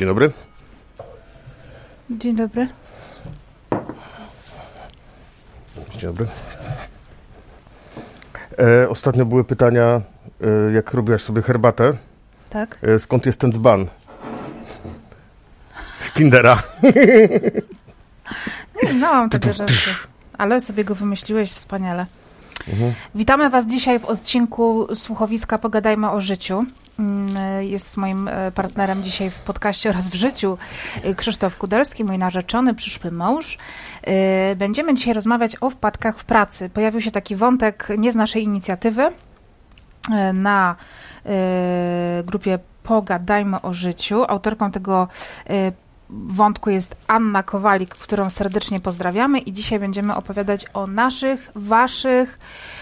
Dzień dobry. Dzień dobry. Dzień dobry. Ostatnio były pytania, jak robiłaś sobie herbatę. Tak. Skąd jest ten dzban? Z Tindera. Nie znałam tego rzeczy, ale sobie go wymyśliłeś wspaniale. Witamy Was dzisiaj w odcinku Słuchowiska Pogadajmy o życiu. Jest moim partnerem dzisiaj w podcaście oraz w życiu Krzysztof Kudelski, mój narzeczony, przyszły mąż. Będziemy dzisiaj rozmawiać o wpadkach w pracy. Pojawił się taki wątek nie z naszej inicjatywy na grupie Pogadajmy o życiu. Autorką tego wątku jest Anna Kowalik, którą serdecznie pozdrawiamy i dzisiaj będziemy opowiadać o naszych, waszych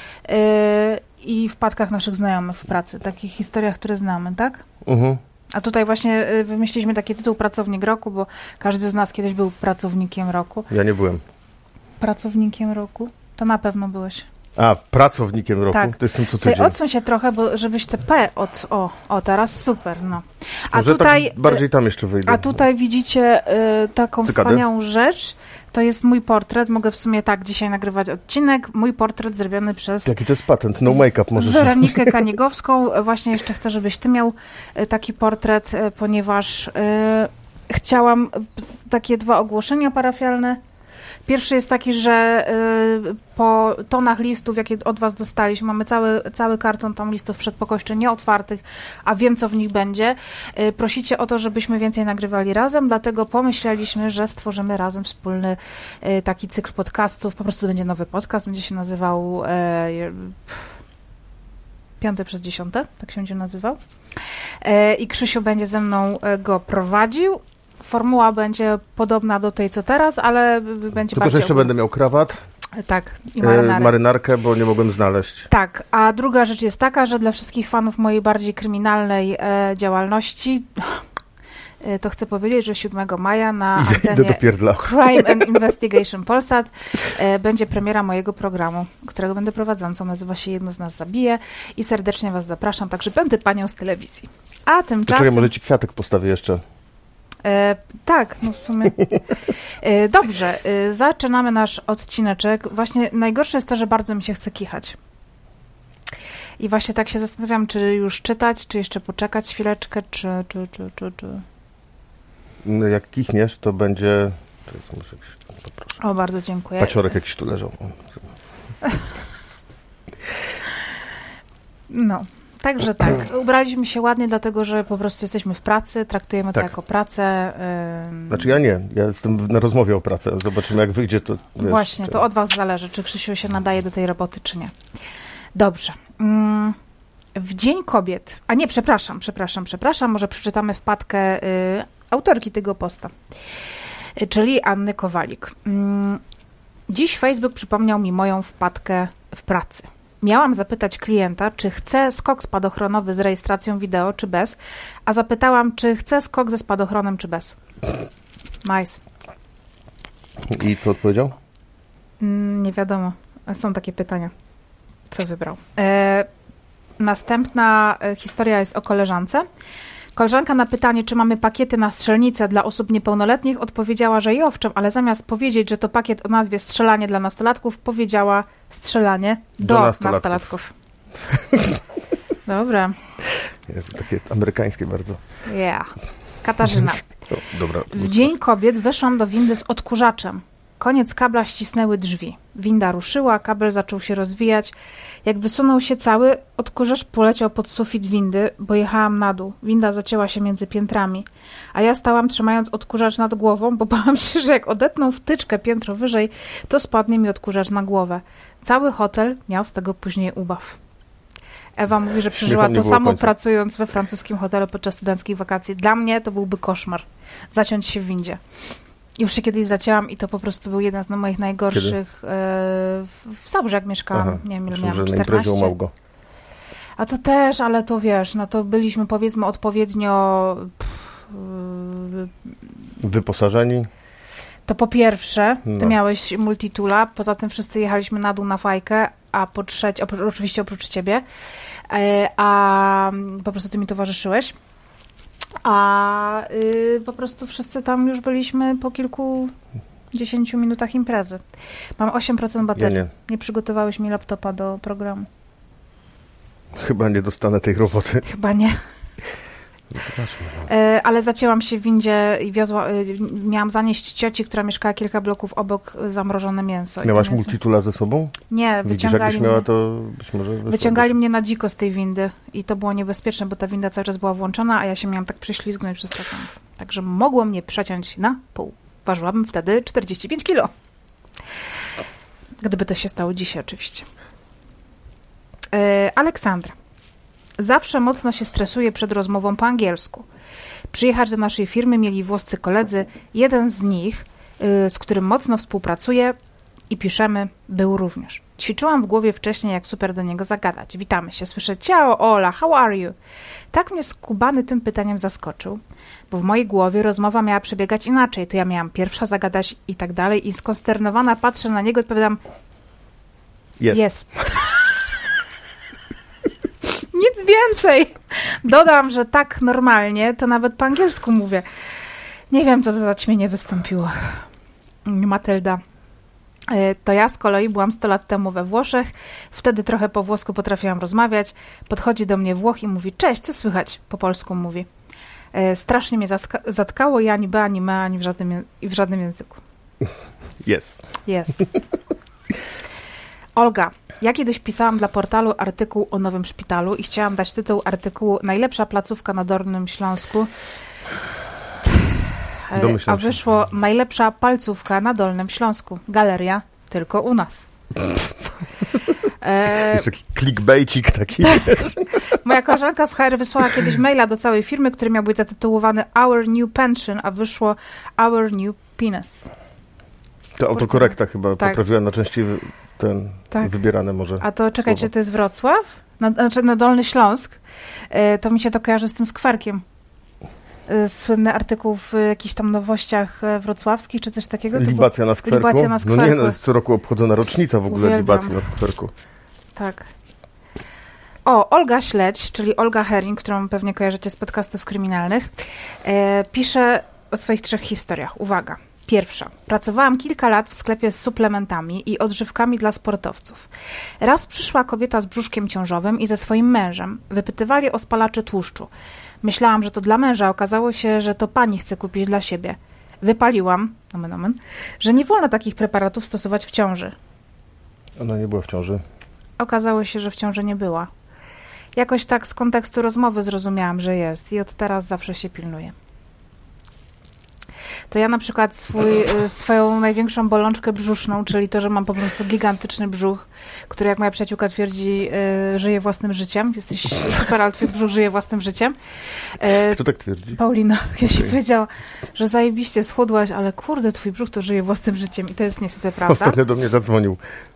i wpadkach naszych znajomych w pracy, takich historiach, które znamy, tak? A tutaj właśnie wymyśliliśmy taki tytuł Pracownik Roku, bo każdy z nas kiedyś był pracownikiem roku. Ja nie byłem. Pracownikiem roku? To na pewno byłeś. A, pracownikiem roku? Tak. To jestem co tydzień. Odsuń się trochę, bo żebyś te P teraz super, no. A może tutaj, tak bardziej tam jeszcze wyjdę. A tutaj widzicie taką wspaniałą rzecz. To jest mój portret. Mogę w sumie tak dzisiaj nagrywać odcinek. Mój portret zrobiony przez... Jaki to jest patent? No make-up możesz... Weronikę Kaniegowską. Właśnie jeszcze chcę, żebyś ty miał taki portret, ponieważ chciałam takie 2 ogłoszenia parafialne. Pierwszy jest taki, że po tonach listów, jakie od was dostaliśmy, mamy cały karton tam listów przedpokoju nieotwartych, a wiem, co w nich będzie. Prosicie o to, żebyśmy więcej nagrywali razem, dlatego pomyśleliśmy, że stworzymy razem wspólny taki cykl podcastów. Po prostu będzie nowy podcast, będzie się nazywał 5 przez 10, tak się będzie nazywał. I Krzysiu będzie ze mną go prowadził. Formuła będzie podobna do tej, co teraz, ale będzie tylko, że jeszcze będę miał krawat. Tak, i marynarkę, bo nie mogłem znaleźć. Tak, a druga rzecz jest taka, że dla wszystkich fanów mojej bardziej kryminalnej działalności, to chcę powiedzieć, że 7 maja na antenie Crime and Investigation Polsat będzie premiera mojego programu, którego będę prowadzącą. Nazywa się Jedno z nas zabije i serdecznie was zapraszam, także będę panią z telewizji. A tymczasem... Czekaj, może ci kwiatek postawię jeszcze. Tak, no w sumie. Dobrze, zaczynamy nasz odcineczek. Właśnie najgorsze jest to, że bardzo mi się chce kichać. I właśnie tak się zastanawiam, czy już czytać, czy jeszcze poczekać chwileczkę, czy. No jak kichniesz, to będzie... Poproszę. O, bardzo dziękuję. Paciorek jakiś tu leżał. No. Także tak, ubraliśmy się ładnie, dlatego że po prostu jesteśmy w pracy, traktujemy to jako pracę. Znaczy ja nie, ja jestem na rozmowie o pracę, zobaczymy jak wyjdzie to. Wiesz, właśnie, to od was zależy, czy Krzysiu się nadaje do tej roboty, czy nie. Dobrze. W Dzień Kobiet, a nie, przepraszam, może przeczytamy wpadkę autorki tego posta, czyli Anny Kowalik. Dziś Facebook przypomniał mi moją wpadkę w pracy. Miałam zapytać klienta, czy chce skok spadochronowy z rejestracją wideo, czy bez, a zapytałam, czy chce skok ze spadochronem, czy bez. Nice. I co odpowiedział? Nie wiadomo. Są takie pytania. Co wybrał? Następna historia jest o koleżance. Koleżanka na pytanie, czy mamy pakiety na strzelnicę dla osób niepełnoletnich, odpowiedziała, że i owszem, ale zamiast powiedzieć, że to pakiet o nazwie strzelanie dla nastolatków, powiedziała strzelanie do nastolatków. Dobra. Jest takie amerykańskie bardzo. Yeah. Katarzyna. Dobra. W Dzień Kobiet weszłam do windy z odkurzaczem. Koniec kabla ścisnęły drzwi. Winda ruszyła, kabel zaczął się rozwijać. Jak wysunął się cały, odkurzacz poleciał pod sufit windy, bo jechałam na dół. Winda zacięła się między piętrami. A ja stałam trzymając odkurzacz nad głową, bo bałam się, że jak odetną wtyczkę piętro wyżej, to spadnie mi odkurzacz na głowę. Cały hotel miał z tego później ubaw. Ewa mówi, że przeżyła to samo pracując we francuskim hotelu podczas studenckich wakacji. Dla mnie to byłby koszmar. Zaciąć się w windzie. Już się kiedyś zacięłam i to po prostu był jeden z moich najgorszych w Zabrzu, jak mieszkałam. Aha, nie wiem, ile miałam, 14. Małgo. A to też, ale to wiesz, no to byliśmy powiedzmy odpowiednio wyposażeni. To po pierwsze, ty miałeś multitula, poza tym wszyscy jechaliśmy na dół na fajkę, a po trzecie, oczywiście oprócz ciebie, a po prostu ty mi towarzyszyłeś. A po prostu wszyscy tam już byliśmy po kilkudziesięciu minutach imprezy. Mam 8% baterii. Ja nie. Nie przygotowałeś mi laptopa do programu. Chyba nie dostanę tej roboty. Chyba nie. Zobaczmy. Ale zacięłam się w windzie i miałam zanieść cioci, która mieszkała kilka bloków obok, zamrożone mięso. Miałaś multitula ze sobą? Nie, Widzisz, jakbyś miała, to być może... Wyciągali mnie na dziko z tej windy i to było niebezpieczne, bo ta winda cały czas była włączona, a ja się miałam tak prześlizgnąć przez to. Także mogło mnie przeciąć na pół. Ważyłabym wtedy 45 kilo. Gdyby to się stało dzisiaj oczywiście. Aleksandra. Zawsze mocno się stresuje przed rozmową po angielsku. Przyjechać do naszej firmy mieli włoscy koledzy. Jeden z nich, z którym mocno współpracuję i piszemy, był również. Ćwiczyłam w głowie wcześniej, jak super do niego zagadać. Witamy się, słyszę, ciao Ola, how are you? Tak mnie skubany tym pytaniem zaskoczył, bo w mojej głowie rozmowa miała przebiegać inaczej. To ja miałam pierwsza zagadać i tak dalej i skonsternowana patrzę na niego i odpowiadam, yes. Nic więcej. Dodam, że tak normalnie, to nawet po angielsku mówię. Nie wiem, co za zaćmienie wystąpiło. Matylda. To ja z kolei byłam 100 lat temu we Włoszech. Wtedy trochę po włosku potrafiłam rozmawiać. Podchodzi do mnie Włoch i mówi, cześć, co słychać? Po polsku mówi. Strasznie mnie zatkało i ani B, ani me, ani w żadnym języku. Yes. Olga. Ja kiedyś pisałam dla portalu artykuł o nowym szpitalu i chciałam dać tytuł artykułu Najlepsza placówka na Dolnym Śląsku. A wyszło Najlepsza palcówka na Dolnym Śląsku. Galeria tylko u nas. Jest taki clickbaicik taki. Tak. Moja koleżanka z HR wysłała kiedyś maila do całej firmy, który miał być zatytułowany Our New Pension, a wyszło Our New Penis. To autokorekta chyba poprawiła na części wybierane może. A to czekaj, czy to jest Wrocław? Na Dolny Śląsk. To mi się to kojarzy z tym skwerkiem. Słynny artykuł w jakichś tam nowościach wrocławskich, czy coś takiego? Libacja na skwerku? Libacja na skwerku. No nie, jest co roku obchodzona rocznica w ogóle. Uwielbiam. Libacji na skwerku. Tak. O, Olga Śledź, czyli Olga Herring, którą pewnie kojarzycie z podcastów kryminalnych, pisze o swoich 3 historiach. Uwaga. Pierwsza. Pracowałam kilka lat w sklepie z suplementami i odżywkami dla sportowców. Raz przyszła kobieta z brzuszkiem ciążowym i ze swoim mężem. Wypytywali o spalaczy tłuszczu. Myślałam, że to dla męża. Okazało się, że to pani chce kupić dla siebie. Wypaliłam, że nie wolno takich preparatów stosować w ciąży. Ona nie była w ciąży. Okazało się, że w ciąży nie była. Jakoś tak z kontekstu rozmowy zrozumiałam, że jest i od teraz zawsze się pilnuję. To ja na przykład swoją największą bolączkę brzuszną, czyli to, że mam po prostu gigantyczny brzuch, który jak moja przyjaciółka twierdzi, żyje własnym życiem. Jesteś super, ale twój brzuch żyje własnym życiem. Kto tak twierdzi? Paulina, ja się powiedziała, że zajebiście schudłaś, ale kurde, twój brzuch to żyje własnym życiem i to jest niestety prawda. Ostatnio do mnie zadzwonił.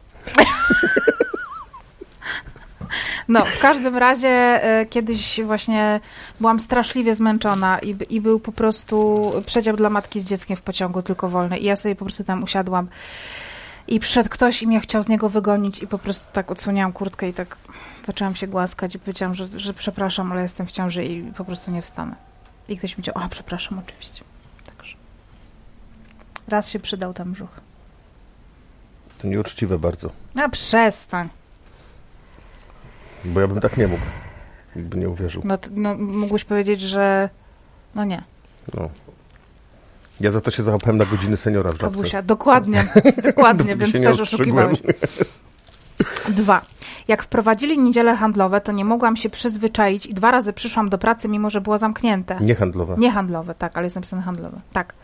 No, w każdym razie kiedyś właśnie byłam straszliwie zmęczona i był po prostu przedział dla matki z dzieckiem w pociągu tylko wolny i ja sobie po prostu tam usiadłam i przyszedł ktoś i mnie chciał z niego wygonić i po prostu tak odsłoniłam kurtkę i tak zaczęłam się głaskać i powiedziałam, że przepraszam, ale jestem w ciąży i po prostu nie wstanę. I ktoś mi powiedział, przepraszam, oczywiście. Także raz się przydał ten brzuch. To nieuczciwe bardzo. A przestań. Bo ja bym tak nie mógł. Nikt by nie uwierzył. No mógłbyś powiedzieć, że no nie. No. Ja za to się załapałem na godziny seniora w Żabce. Kabusia, dokładnie, więc też oszukiwałeś. 2. Jak wprowadzili niedziele handlowe, to nie mogłam się przyzwyczaić i 2 razy przyszłam do pracy, mimo że było zamknięte. Niehandlowe. Niehandlowe, tak, ale jest napisane handlowe. Tak.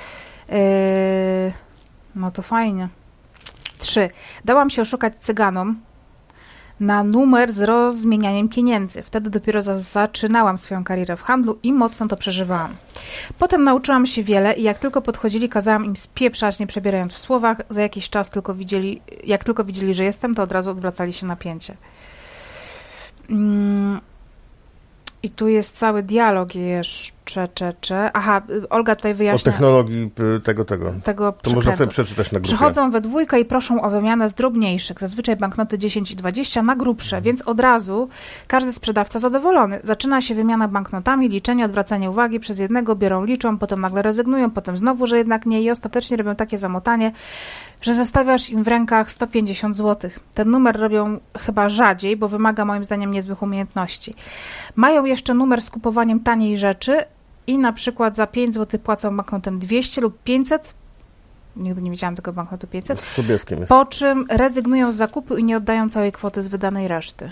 No to fajnie. 3. Dałam się oszukać cyganom na numer z rozmienianiem pieniędzy. Wtedy dopiero zaczynałam swoją karierę w handlu i mocno to przeżywałam. Potem nauczyłam się wiele i jak tylko podchodzili, kazałam im spieprzać, nie przebierając w słowach. Za jakiś czas jak tylko widzieli, że jestem, to od razu odwracali się na pięcie. I tu jest cały dialog jeszcze. Aha, Olga tutaj O wyjaśnia. technologii tego. To można sobie przeczytać na grupie. Przychodzą we dwójkę i proszą o wymianę z drobniejszych, zazwyczaj banknoty 10 i 20 na grubsze, więc od razu każdy sprzedawca zadowolony. Zaczyna się wymiana banknotami, liczenie, odwracanie uwagi przez jednego, biorą, liczą, potem nagle rezygnują, potem znowu, że jednak nie i ostatecznie robią takie zamotanie, że zostawiasz im w rękach 150 zł. Ten numer robią chyba rzadziej, bo wymaga moim zdaniem niezłych umiejętności. Mają jeszcze numer z kupowaniem taniej rzeczy i na przykład za 5 zł płacą banknotem 200 lub 500. Nigdy nie widziałam tego banknotu 500. Z Sobieskiem jest. Po czym rezygnują z zakupu i nie oddają całej kwoty z wydanej reszty.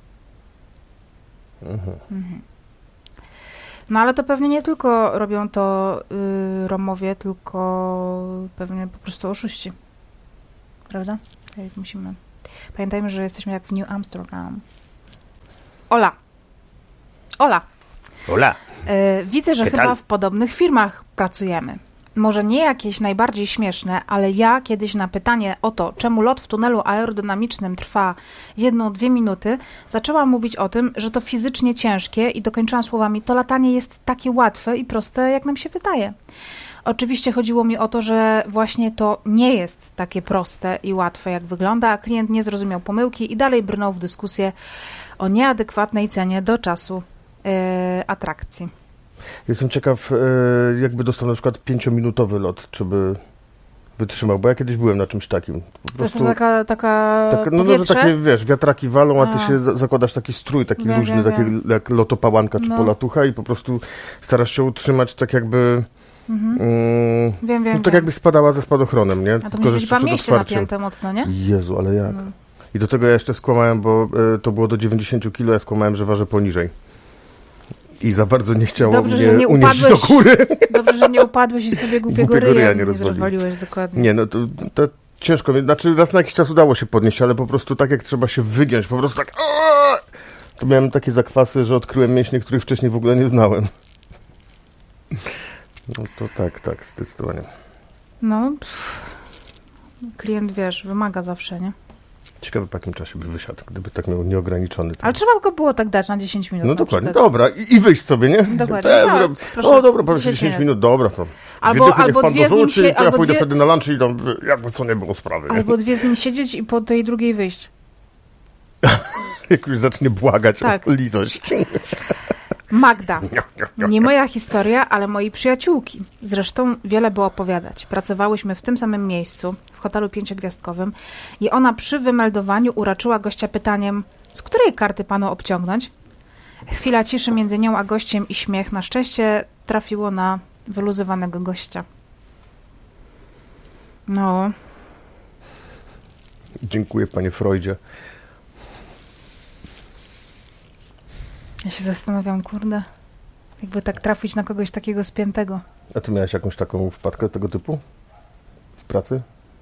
No ale to pewnie nie tylko robią to Romowie, tylko pewnie po prostu oszuści. Prawda? Musimy. Pamiętajmy, że jesteśmy jak w New Amsterdam. Ola. Widzę, że chyba w podobnych firmach pracujemy. Może nie jakieś najbardziej śmieszne, ale ja kiedyś na pytanie o to, czemu lot w tunelu aerodynamicznym trwa 1-2 minuty, zaczęłam mówić o tym, że to fizycznie ciężkie i dokończyłam słowami, to latanie jest takie łatwe i proste, jak nam się wydaje. Oczywiście chodziło mi o to, że właśnie to nie jest takie proste i łatwe, jak wygląda, a klient nie zrozumiał pomyłki i dalej brnął w dyskusję o nieadekwatnej cenie do czasu atrakcji. Jestem ciekaw, jakby dostał na przykład 5-minutowy lot, czy by wytrzymał, bo ja kiedyś byłem na czymś takim. Po prostu to jest taka no, że takie, wiesz, wiatraki walą, a ty się zakładasz taki strój, taki luźny, taki jak lotopałanka czy polatucha i po prostu starasz się utrzymać tak jakby... tak jakby spadała ze spadochronem, nie? A to musi być chyba mieście napięte mocno, nie? Jezu, ale jak? I do tego ja jeszcze skłamałem, bo to było do 90 kg, ja skłamałem, że ważę poniżej. I za bardzo nie chciało mnie unieść do góry. Dobrze, że nie upadłeś i sobie głupiego ryja nie rozwaliłeś dokładnie. Nie, no to ciężko. Znaczy raz na jakiś czas udało się podnieść, ale po prostu tak jak trzeba się wygiąć, po prostu tak... To miałem takie zakwasy, że odkryłem mięśnie, których wcześniej w ogóle nie znałem. No to tak, zdecydowanie. No, klient, wiesz, wymaga zawsze, nie? Ciekawe, po jakim czasie by wysiadł, gdyby tak miał nieograniczony. Ale trzeba go było tak dać na 10 minut. No dokładnie, dobra. I wyjść sobie, nie? Dokładnie. O, dobra, powiedz 10 minut, dobra. To albo dwie z nim się... ja pójdę wtedy na lunch i tam jakby co nie było sprawy. Albo dwie z nim siedzieć i po tej drugiej wyjść. Jak już zacznie błagać o litość. Magda. Nie moja historia, ale mojej przyjaciółki. Zresztą wiele było opowiadać. Pracowałyśmy w tym samym miejscu, w hotelu 5-gwiazdkowym i ona przy wymeldowaniu uraczyła gościa pytaniem, z której karty panu obciągnąć? Chwila ciszy między nią a gościem i śmiech na szczęście trafiło na wyluzowanego gościa. No. Dziękuję, panie Freudzie. Ja się zastanawiam, kurde, jakby tak trafić na kogoś takiego spiętego. A ty miałeś jakąś taką wpadkę tego typu w pracy?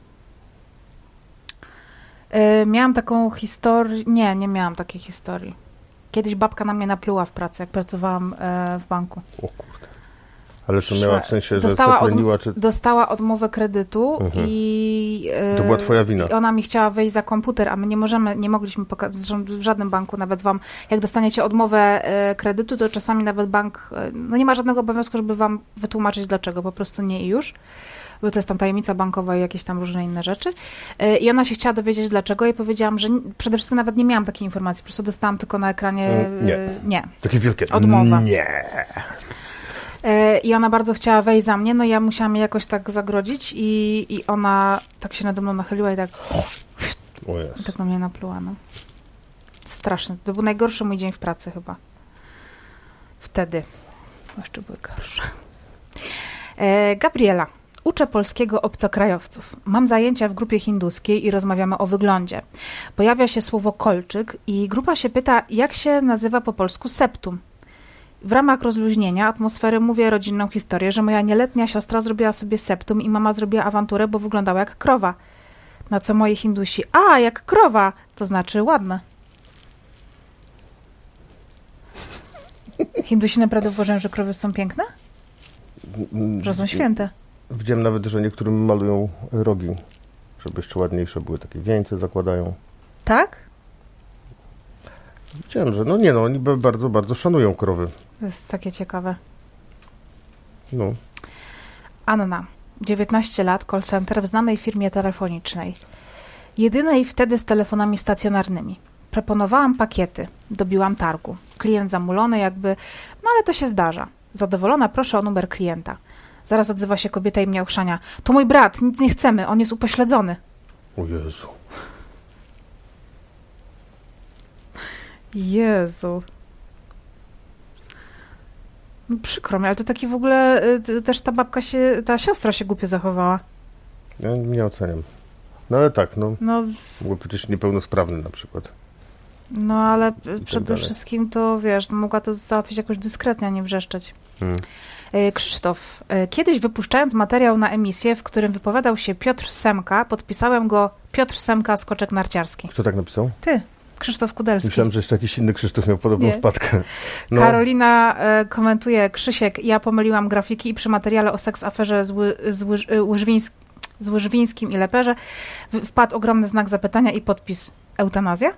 Miałam taką historię... Nie miałam takiej historii. Kiedyś babka na mnie napluła w pracy, jak pracowałam w banku. O kurde. Ale to miała w sensie, że zapleniła, czy... Dostała odmowę kredytu i... To była twoja wina. I ona mi chciała wejść za komputer, a my nie mogliśmy w żadnym banku nawet wam, jak dostaniecie odmowę kredytu, to czasami nawet bank, no nie ma żadnego obowiązku, żeby wam wytłumaczyć dlaczego, po prostu nie i już. Bo to jest tam tajemnica bankowa i jakieś tam różne inne rzeczy. I ona się chciała dowiedzieć dlaczego i powiedziałam, że przede wszystkim nawet nie miałam takiej informacji, po prostu dostałam tylko na ekranie nie. Takie wielkie odmowa. Nie. I ona bardzo chciała wejść za mnie, no ja musiałam jej jakoś tak zagrodzić i ona tak się nade mną nachyliła i tak i tak na mnie napluła, no. Straszne. To był najgorszy mój dzień w pracy chyba. Wtedy. Jeszcze były gorsze. Gabriela. Uczę polskiego obcokrajowców. Mam zajęcia w grupie hinduskiej i rozmawiamy o wyglądzie. Pojawia się słowo kolczyk i grupa się pyta, jak się nazywa po polsku septum. W ramach rozluźnienia atmosfery mówię rodzinną historię, że moja nieletnia siostra zrobiła sobie septum i mama zrobiła awanturę, bo wyglądała jak krowa. Na co moi Hindusi, jak krowa, to znaczy ładne. Hindusi naprawdę uważają, że krowy są piękne? Że są święte. Widziałem nawet, że niektórym malują rogi, żeby jeszcze ładniejsze były, takie wieńce zakładają. Tak? Widziałem, że oni bardzo, bardzo szanują krowy. To jest takie ciekawe. No. Anna, 19 lat, call center w znanej firmie telefonicznej. Jedynej wtedy z telefonami stacjonarnymi. Proponowałam pakiety, dobiłam targu. Klient zamulony jakby, no ale to się zdarza. Zadowolona, proszę o numer klienta. Zaraz odzywa się kobieta i mnie ochrzania. To mój brat, nic nie chcemy, on jest upośledzony. O Jezu. Jezu. No przykro mi, ale to taki w ogóle, też ta babka ta siostra się głupio zachowała. Ja nie oceniam. No ale tak, no. No, Był przecież niepełnosprawny na przykład. no ale tak przede dalej. wszystkim to, wiesz, no, mogła to załatwić jakoś dyskretnie, a nie wrzeszczeć. Krzysztof, kiedyś wypuszczając materiał na emisję, w którym wypowiadał się Piotr Semka, podpisałem go Piotr Semka, skoczek narciarski. Kto tak napisał? Ty, Krzysztof Kudelski. Myślałem, że jeszcze jakiś inny Krzysztof miał podobną Nie. wpadkę. No. Karolina komentuje, Krzysiek, ja pomyliłam grafiki i przy materiale o seks aferze z Łyżwińskim i Leperze wpadł ogromny znak zapytania i podpis eutanazja?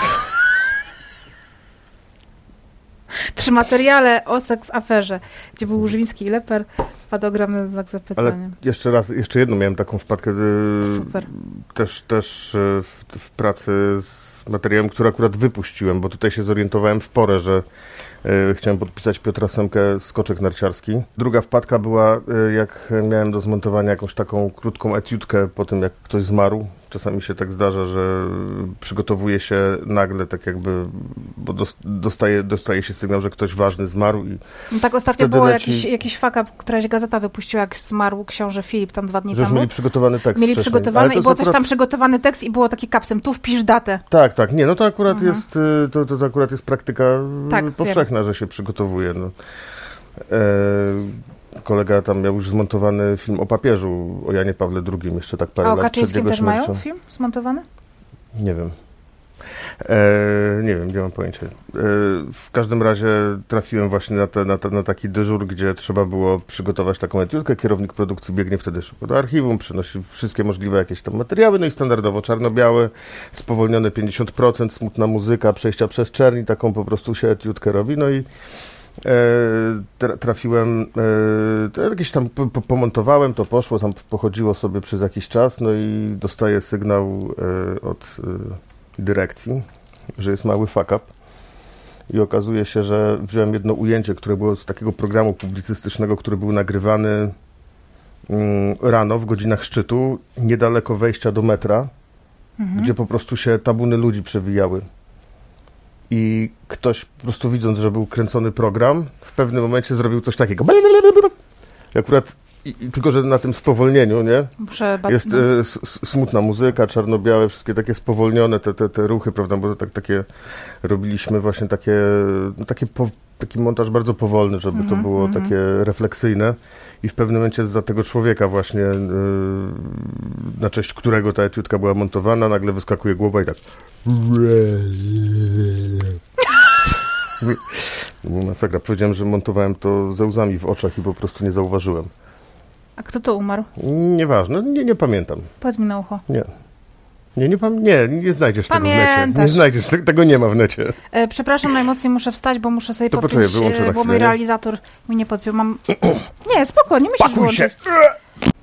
Przy materiale o seks aferze, gdzie był Łyżwiński i Leper, wpadł ogromny znak zapytania. Ale jeszcze jedną miałem taką wpadkę. Super. Też w pracy z materiałem, który akurat wypuściłem, bo tutaj się zorientowałem w porę, że chciałem podpisać Piotra Semkę, skoczek narciarski. Druga wpadka była, jak miałem do zmontowania jakąś taką krótką etiudkę po tym, jak ktoś zmarł. Czasami się tak zdarza, że przygotowuje się nagle, tak jakby, bo dostaje się sygnał, że ktoś ważny zmarł. I no tak ostatnio wtedy było leci- jakiś fuck-up, któraś gazeta wypuściła, jak zmarł książę Filip tam 2 dni że już temu. mieli przygotowany tekst Mieli wcześniej. przygotowany Ale to i było jest coś akurat- tam przygotowany tekst i było taki kapsem, tu wpisz datę. Tak, nie, no to akurat jest, to akurat jest praktyka Tak, powszechna, że się przygotowuje. No. Kolega tam miał już zmontowany film o papieżu, o Janie Pawle II, jeszcze tak parę A o lat przed Kaczyńskim jego też śmiercią. mają film zmontowany? Nie wiem. Nie wiem, nie mam pojęcia. W każdym razie trafiłem właśnie na taki dyżur, gdzie trzeba było przygotować taką etiudkę. Kierownik produkcji biegnie wtedy szybko do archiwum, przynosi wszystkie możliwe jakieś tam materiały, no i standardowo czarno-białe, spowolnione 50%, smutna muzyka, przejścia przez czerni, taką po prostu się etiudkę robi, no i trafiłem, to jakieś tam pomontowałem, to poszło, tam pochodziło sobie przez jakiś czas, no i dostaję sygnał od dyrekcji, że jest mały fuck up i okazuje się, że wziąłem jedno ujęcie, które było z takiego programu publicystycznego, który był nagrywany rano w godzinach szczytu, niedaleko wejścia do metra, gdzie po prostu się tabuny ludzi przewijały. I ktoś po prostu widząc, że był kręcony program, w pewnym momencie zrobił coś takiego. I akurat, tylko że na tym spowolnieniu, nie? Jest smutna muzyka, czarno-białe, wszystkie takie spowolnione te ruchy, prawda? Bo tak, takie robiliśmy właśnie taki montaż bardzo powolny, żeby to było takie refleksyjne. I w pewnym momencie za tego człowieka właśnie, na cześć którego ta etiudka była montowana, nagle wyskakuje głowa i tak. Masakra. Powiedziałem, że montowałem to ze łzami w oczach i po prostu nie zauważyłem. A kto to umarł? Nieważne, nie pamiętam. Powiedz mi na ucho. Nie znajdziesz tego w necie. Pamiętasz. Nie znajdziesz, tego nie ma w necie. Przepraszam, najmocniej muszę wstać, bo muszę sobie To podpiąć, poczekaj, wyłączę na bo chwilę, mój nie? realizator mi nie podpiął. Nie, spoko, nie musisz Pakuj się! wyłączyć.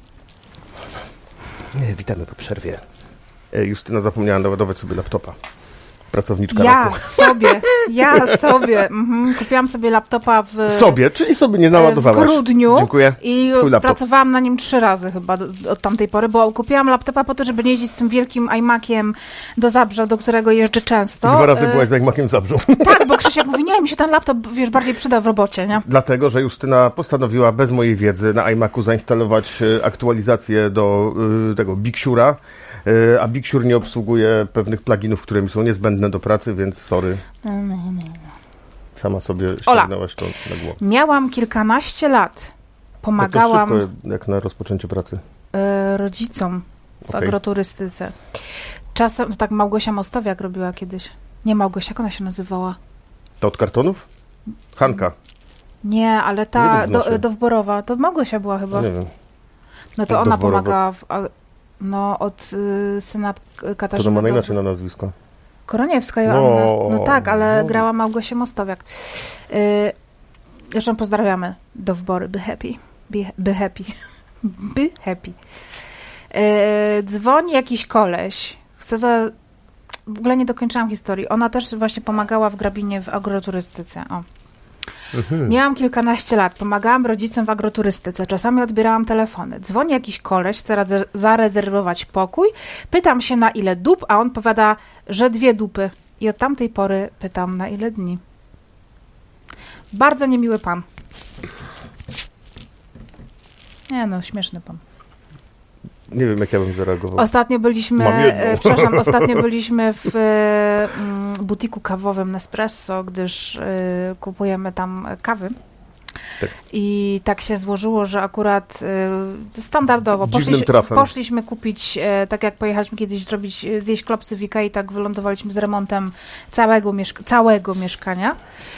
Witamy po przerwie. Justyna zapomniała naładować sobie laptopa. Pracowniczka Ja roku. sobie. Kupiłam sobie laptopa Czyli sobie nie naładowałaś. w grudniu. Dziękuję. I Twój laptop. pracowałam na nim 3 razy chyba od tamtej pory, bo kupiłam laptopa po to, żeby nie jeździć z tym wielkim iMaciem do Zabrza, do którego jeżdżę często. 2 razy byłaś za iMaciem w Zabrzu. Tak, bo Krzysiek mówi, nie, mi się ten laptop, bardziej przyda w robocie, nie? Dlatego, że Justyna postanowiła bez mojej wiedzy na iMacu zainstalować aktualizację do tego Big Sura, a Big Sur nie obsługuje pewnych pluginów, które mi są niezbędne do pracy, więc sorry. Sama sobie ściągnęłaś to na głowę. Miałam kilkanaście lat. Pomagałam To szybko, jak na rozpoczęcie pracy. rodzicom w Okej. agroturystyce. Czasem, no tak Małgosia Mostowiak robiła kiedyś. Nie Małgosia, jak ona się nazywała? To od kartonów? Hanka. Nie, ale Nie ta rób z nosie. Dowborowa. To Małgosia była chyba. Nie wiem. No to od ona Dowborowa. pomagała od syna To Katarzyny. ma na inaczej na nazwisko. Koroniewska, Joanna. No tak, ale grała Małgosię Mostowiak. Zresztą pozdrawiamy Dowbory, be happy. Be happy. Be happy. Dzwoni jakiś koleś. W ogóle nie dokończyłam historii. Ona też właśnie pomagała w grabinie w agroturystyce. O. Miałam kilkanaście lat, pomagałam rodzicom w agroturystyce, czasami odbierałam telefony. Dzwoni jakiś koleś, chce zarezerwować pokój, pytam się na ile dup, a on powiada, że 2 dupy. I od tamtej pory pytam, na ile dni. Bardzo niemiły pan. Nie no, śmieszny pan. Nie wiem, jak ja bym zareagował. Ostatnio byliśmy w butiku kawowym Nespresso, gdyż kupujemy tam kawy. Tak. I tak się złożyło, że akurat standardowo poszliśmy kupić, tak jak pojechaliśmy kiedyś zjeść klopsy w Ikei, tak wylądowaliśmy z remontem całego mieszkania.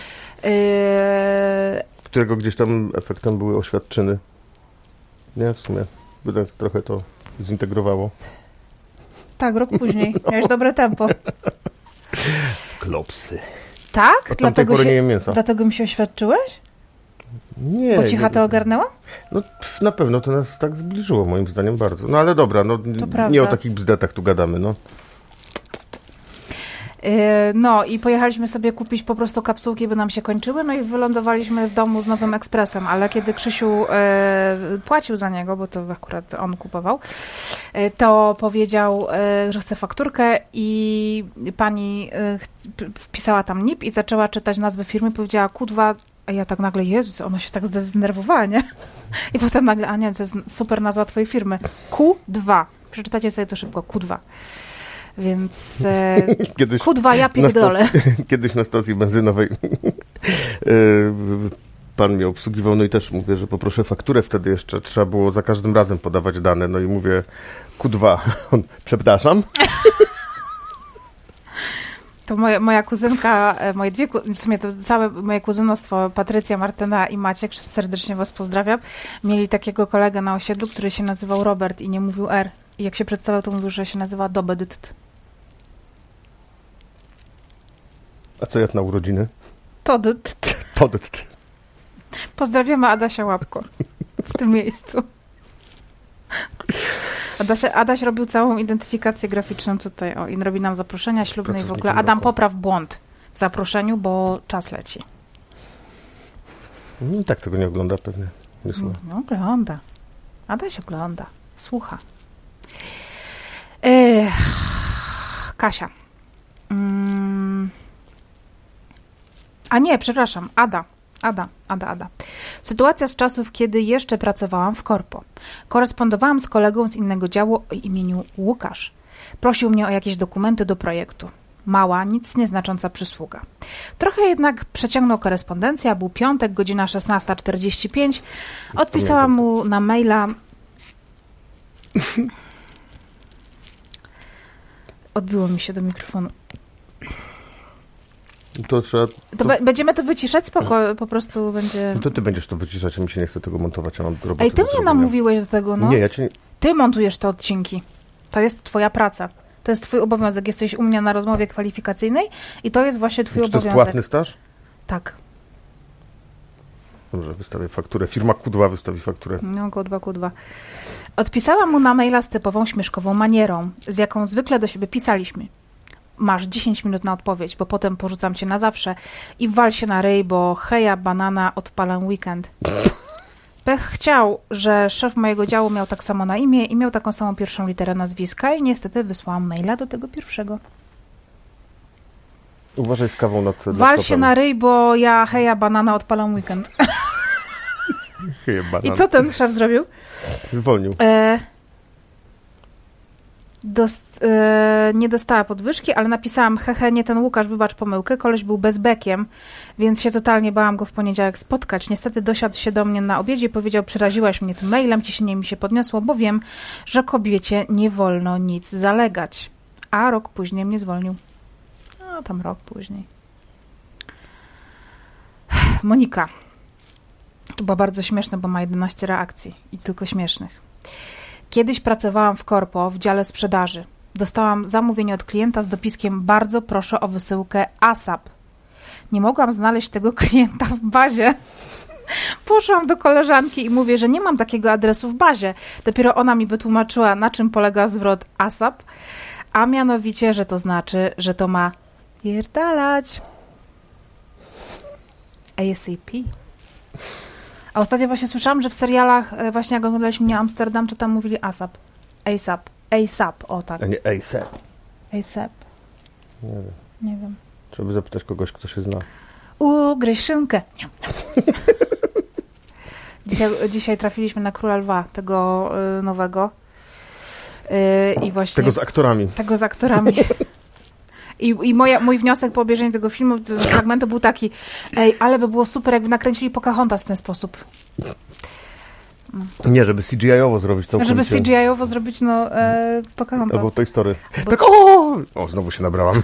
Którego gdzieś tam efektem były oświadczyny. Nie, w sumie. By trochę to zintegrowało. Tak, rok później. Miałeś dobre tempo. Klopsy. Tak? Dlatego mi się oświadczyłeś? Nie. Bo ci chatę ogarnęła? No na pewno to nas tak zbliżyło, moim zdaniem bardzo. No ale dobra, no nie o takich bzdetach tu gadamy, no. No i pojechaliśmy sobie kupić po prostu kapsułki, by nam się kończyły, no i wylądowaliśmy w domu z nowym ekspresem, ale kiedy Krzysiu płacił za niego, bo to akurat on kupował, to powiedział, że chce fakturkę i pani wpisała tam NIP i zaczęła czytać nazwę firmy, powiedziała Q2, a ja tak nagle, Jezus, ona się tak zdenerwowała, nie? I potem nagle, a nie, to jest super nazwa twojej firmy, Q2, przeczytajcie sobie to szybko, Q2. Więc Q2 ja pierdolę. Kiedyś na stacji benzynowej pan mnie obsługiwał, no i też mówię, że poproszę fakturę, wtedy jeszcze trzeba było za każdym razem podawać dane, no i mówię Q2, przepraszam. To moja kuzynka, w sumie to całe moje kuzynostwo, Patrycja, Martyna i Maciek, serdecznie was pozdrawiam, mieli takiego kolegę na osiedlu, który się nazywał Robert i nie mówił R. I jak się przedstawiał, to mówił, że się nazywa Dobedyt. A co jak na urodziny? Todyt. Pozdrawiamy Adasia Łapko w tym miejscu. Adaś robił całą identyfikację graficzną tutaj. O, i robi nam zaproszenia ślubne i w ogóle. Adam, popraw błąd w zaproszeniu, bo czas leci. No i tak tego nie ogląda pewnie. Nie ogląda. Adaś ogląda. Słucha. Kasia. A nie, przepraszam. Ada. Sytuacja z czasów, kiedy jeszcze pracowałam w korpo. Korespondowałam z kolegą z innego działu o imieniu Łukasz. Prosił mnie o jakieś dokumenty do projektu. Mała, nic nieznacząca przysługa. Trochę jednak przeciągnął korespondencję, był piątek, godzina 16:45. Odpisałam mu na maila... Odbiło mi się do mikrofonu. To trzeba... Będziemy to wyciszać? Spoko, po prostu będzie... To ty będziesz to wyciszać, a mi się nie chce tego montować, ja mam robotę. Ej, ty mnie namówiłeś do tego, no. Nie, ja cię... Ty montujesz te odcinki. To jest twoja praca. To jest twój obowiązek. Jesteś u mnie na rozmowie kwalifikacyjnej i to jest właśnie twój obowiązek. To jest płatny staż? Tak. Dobrze, wystawię fakturę. Firma Q2 wystawi fakturę. No, Q2. Odpisałam mu na maila z typową śmieszkową manierą, z jaką zwykle do siebie pisaliśmy. Masz 10 minut na odpowiedź, bo potem porzucam cię na zawsze i wal się na ryj, bo heja, banana, odpalam weekend. Pech chciał, że szef mojego działu miał tak samo na imię i miał taką samą pierwszą literę nazwiska i niestety wysłałam maila do tego pierwszego. Uważaj z kawą nad wal się na ryj, bo ja heja, banana, odpalam weekend. Heja, banana. I co ten szef zrobił? Zwolnił. Nie dostała podwyżki, ale napisałam, hehe, nie ten Łukasz, wybacz pomyłkę, koleś był bezbekiem, więc się totalnie bałam go w poniedziałek spotkać. Niestety dosiadł się do mnie na obiedzie i powiedział, przeraziłaś mnie tym mailem, ciśnienie mi się podniosło, bo wiem, że kobiecie nie wolno nic zalegać. A rok później mnie zwolnił. No, tam rok później. Monika. To było bardzo śmieszne, bo ma 11 reakcji i tylko śmiesznych. Kiedyś pracowałam w korpo w dziale sprzedaży. Dostałam zamówienie od klienta z dopiskiem bardzo proszę o wysyłkę ASAP. Nie mogłam znaleźć tego klienta w bazie. Poszłam do koleżanki i mówię, że nie mam takiego adresu w bazie. Dopiero ona mi wytłumaczyła, na czym polega zwrot ASAP, a mianowicie, że to znaczy, że to ma pierdalać. ASAP. A ostatnio właśnie słyszałam, że w serialach, właśnie jak oglądaliśmy New Amsterdam, to tam mówili ASAP. ASAP. ASAP, o tak. A nie ASAP. ASAP. Nie wiem. Trzeba zapytać kogoś, kto się zna. Ugryź szynkę. Dzisiaj trafiliśmy na Króla Lwa, tego nowego. I właśnie... Tego z aktorami. Tego z aktorami. I mój wniosek po obejrzeniu tego filmu, tego fragmentu był taki, ale by było super, jakby nakręcili Pocahontas w ten sposób. No. Nie, żeby CGI-owo zrobić całkowicie. Żeby CGI-owo zrobić, Pocahontas. Albo tej story. Tak, o, znowu się nabrałam.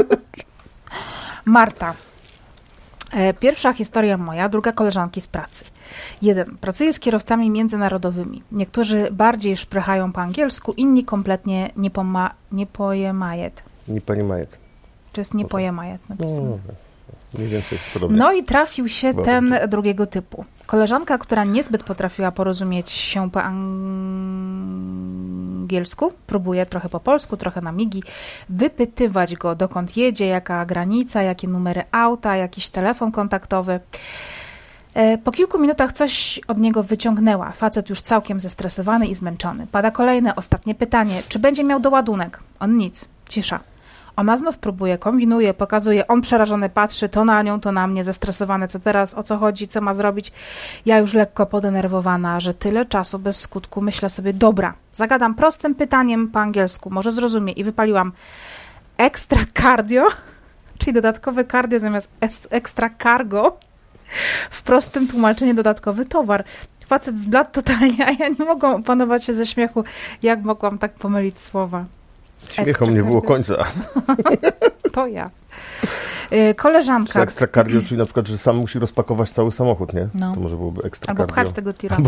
Marta. Pierwsza historia moja, druga koleżanki z pracy. 1. Pracuję z kierowcami międzynarodowymi. Niektórzy bardziej szprychają po angielsku, inni kompletnie nie pojemajet. Nie pojemajet. To jest nie pojemajet napisane. Mniej więcej podobnie. No i trafił się ten drugiego typu. Koleżanka, która niezbyt potrafiła porozumieć się po angielsku, próbuje trochę po polsku, trochę na migi, wypytywać go, dokąd jedzie, jaka granica, jakie numery auta, jakiś telefon kontaktowy. Po kilku minutach coś od niego wyciągnęła. Facet już całkiem zestresowany i zmęczony. Pada kolejne, ostatnie pytanie. Czy będzie miał doładunek? On nic. Cisza. Ona znów próbuje, kombinuje, pokazuje. On przerażony patrzy to na nią, to na mnie, zestresowany. Co teraz, o co chodzi, co ma zrobić? Ja już lekko podenerwowana, że tyle czasu bez skutku. Myślę sobie, dobra, zagadam prostym pytaniem po angielsku, może zrozumie. I wypaliłam extra cardio, czyli dodatkowe cardio zamiast extra cargo. W prostym tłumaczeniu dodatkowy towar. Facet zbladł totalnie, a ja nie mogłam opanować się ze śmiechu. Jak mogłam tak pomylić słowa? Śmiechom nie było końca. To ja. Koleżanka. Czy ekstra cardio, czyli na przykład, że sam musi rozpakować cały samochód, nie? No. To może byłoby ekstra Albo cardio. pchać tego tirana.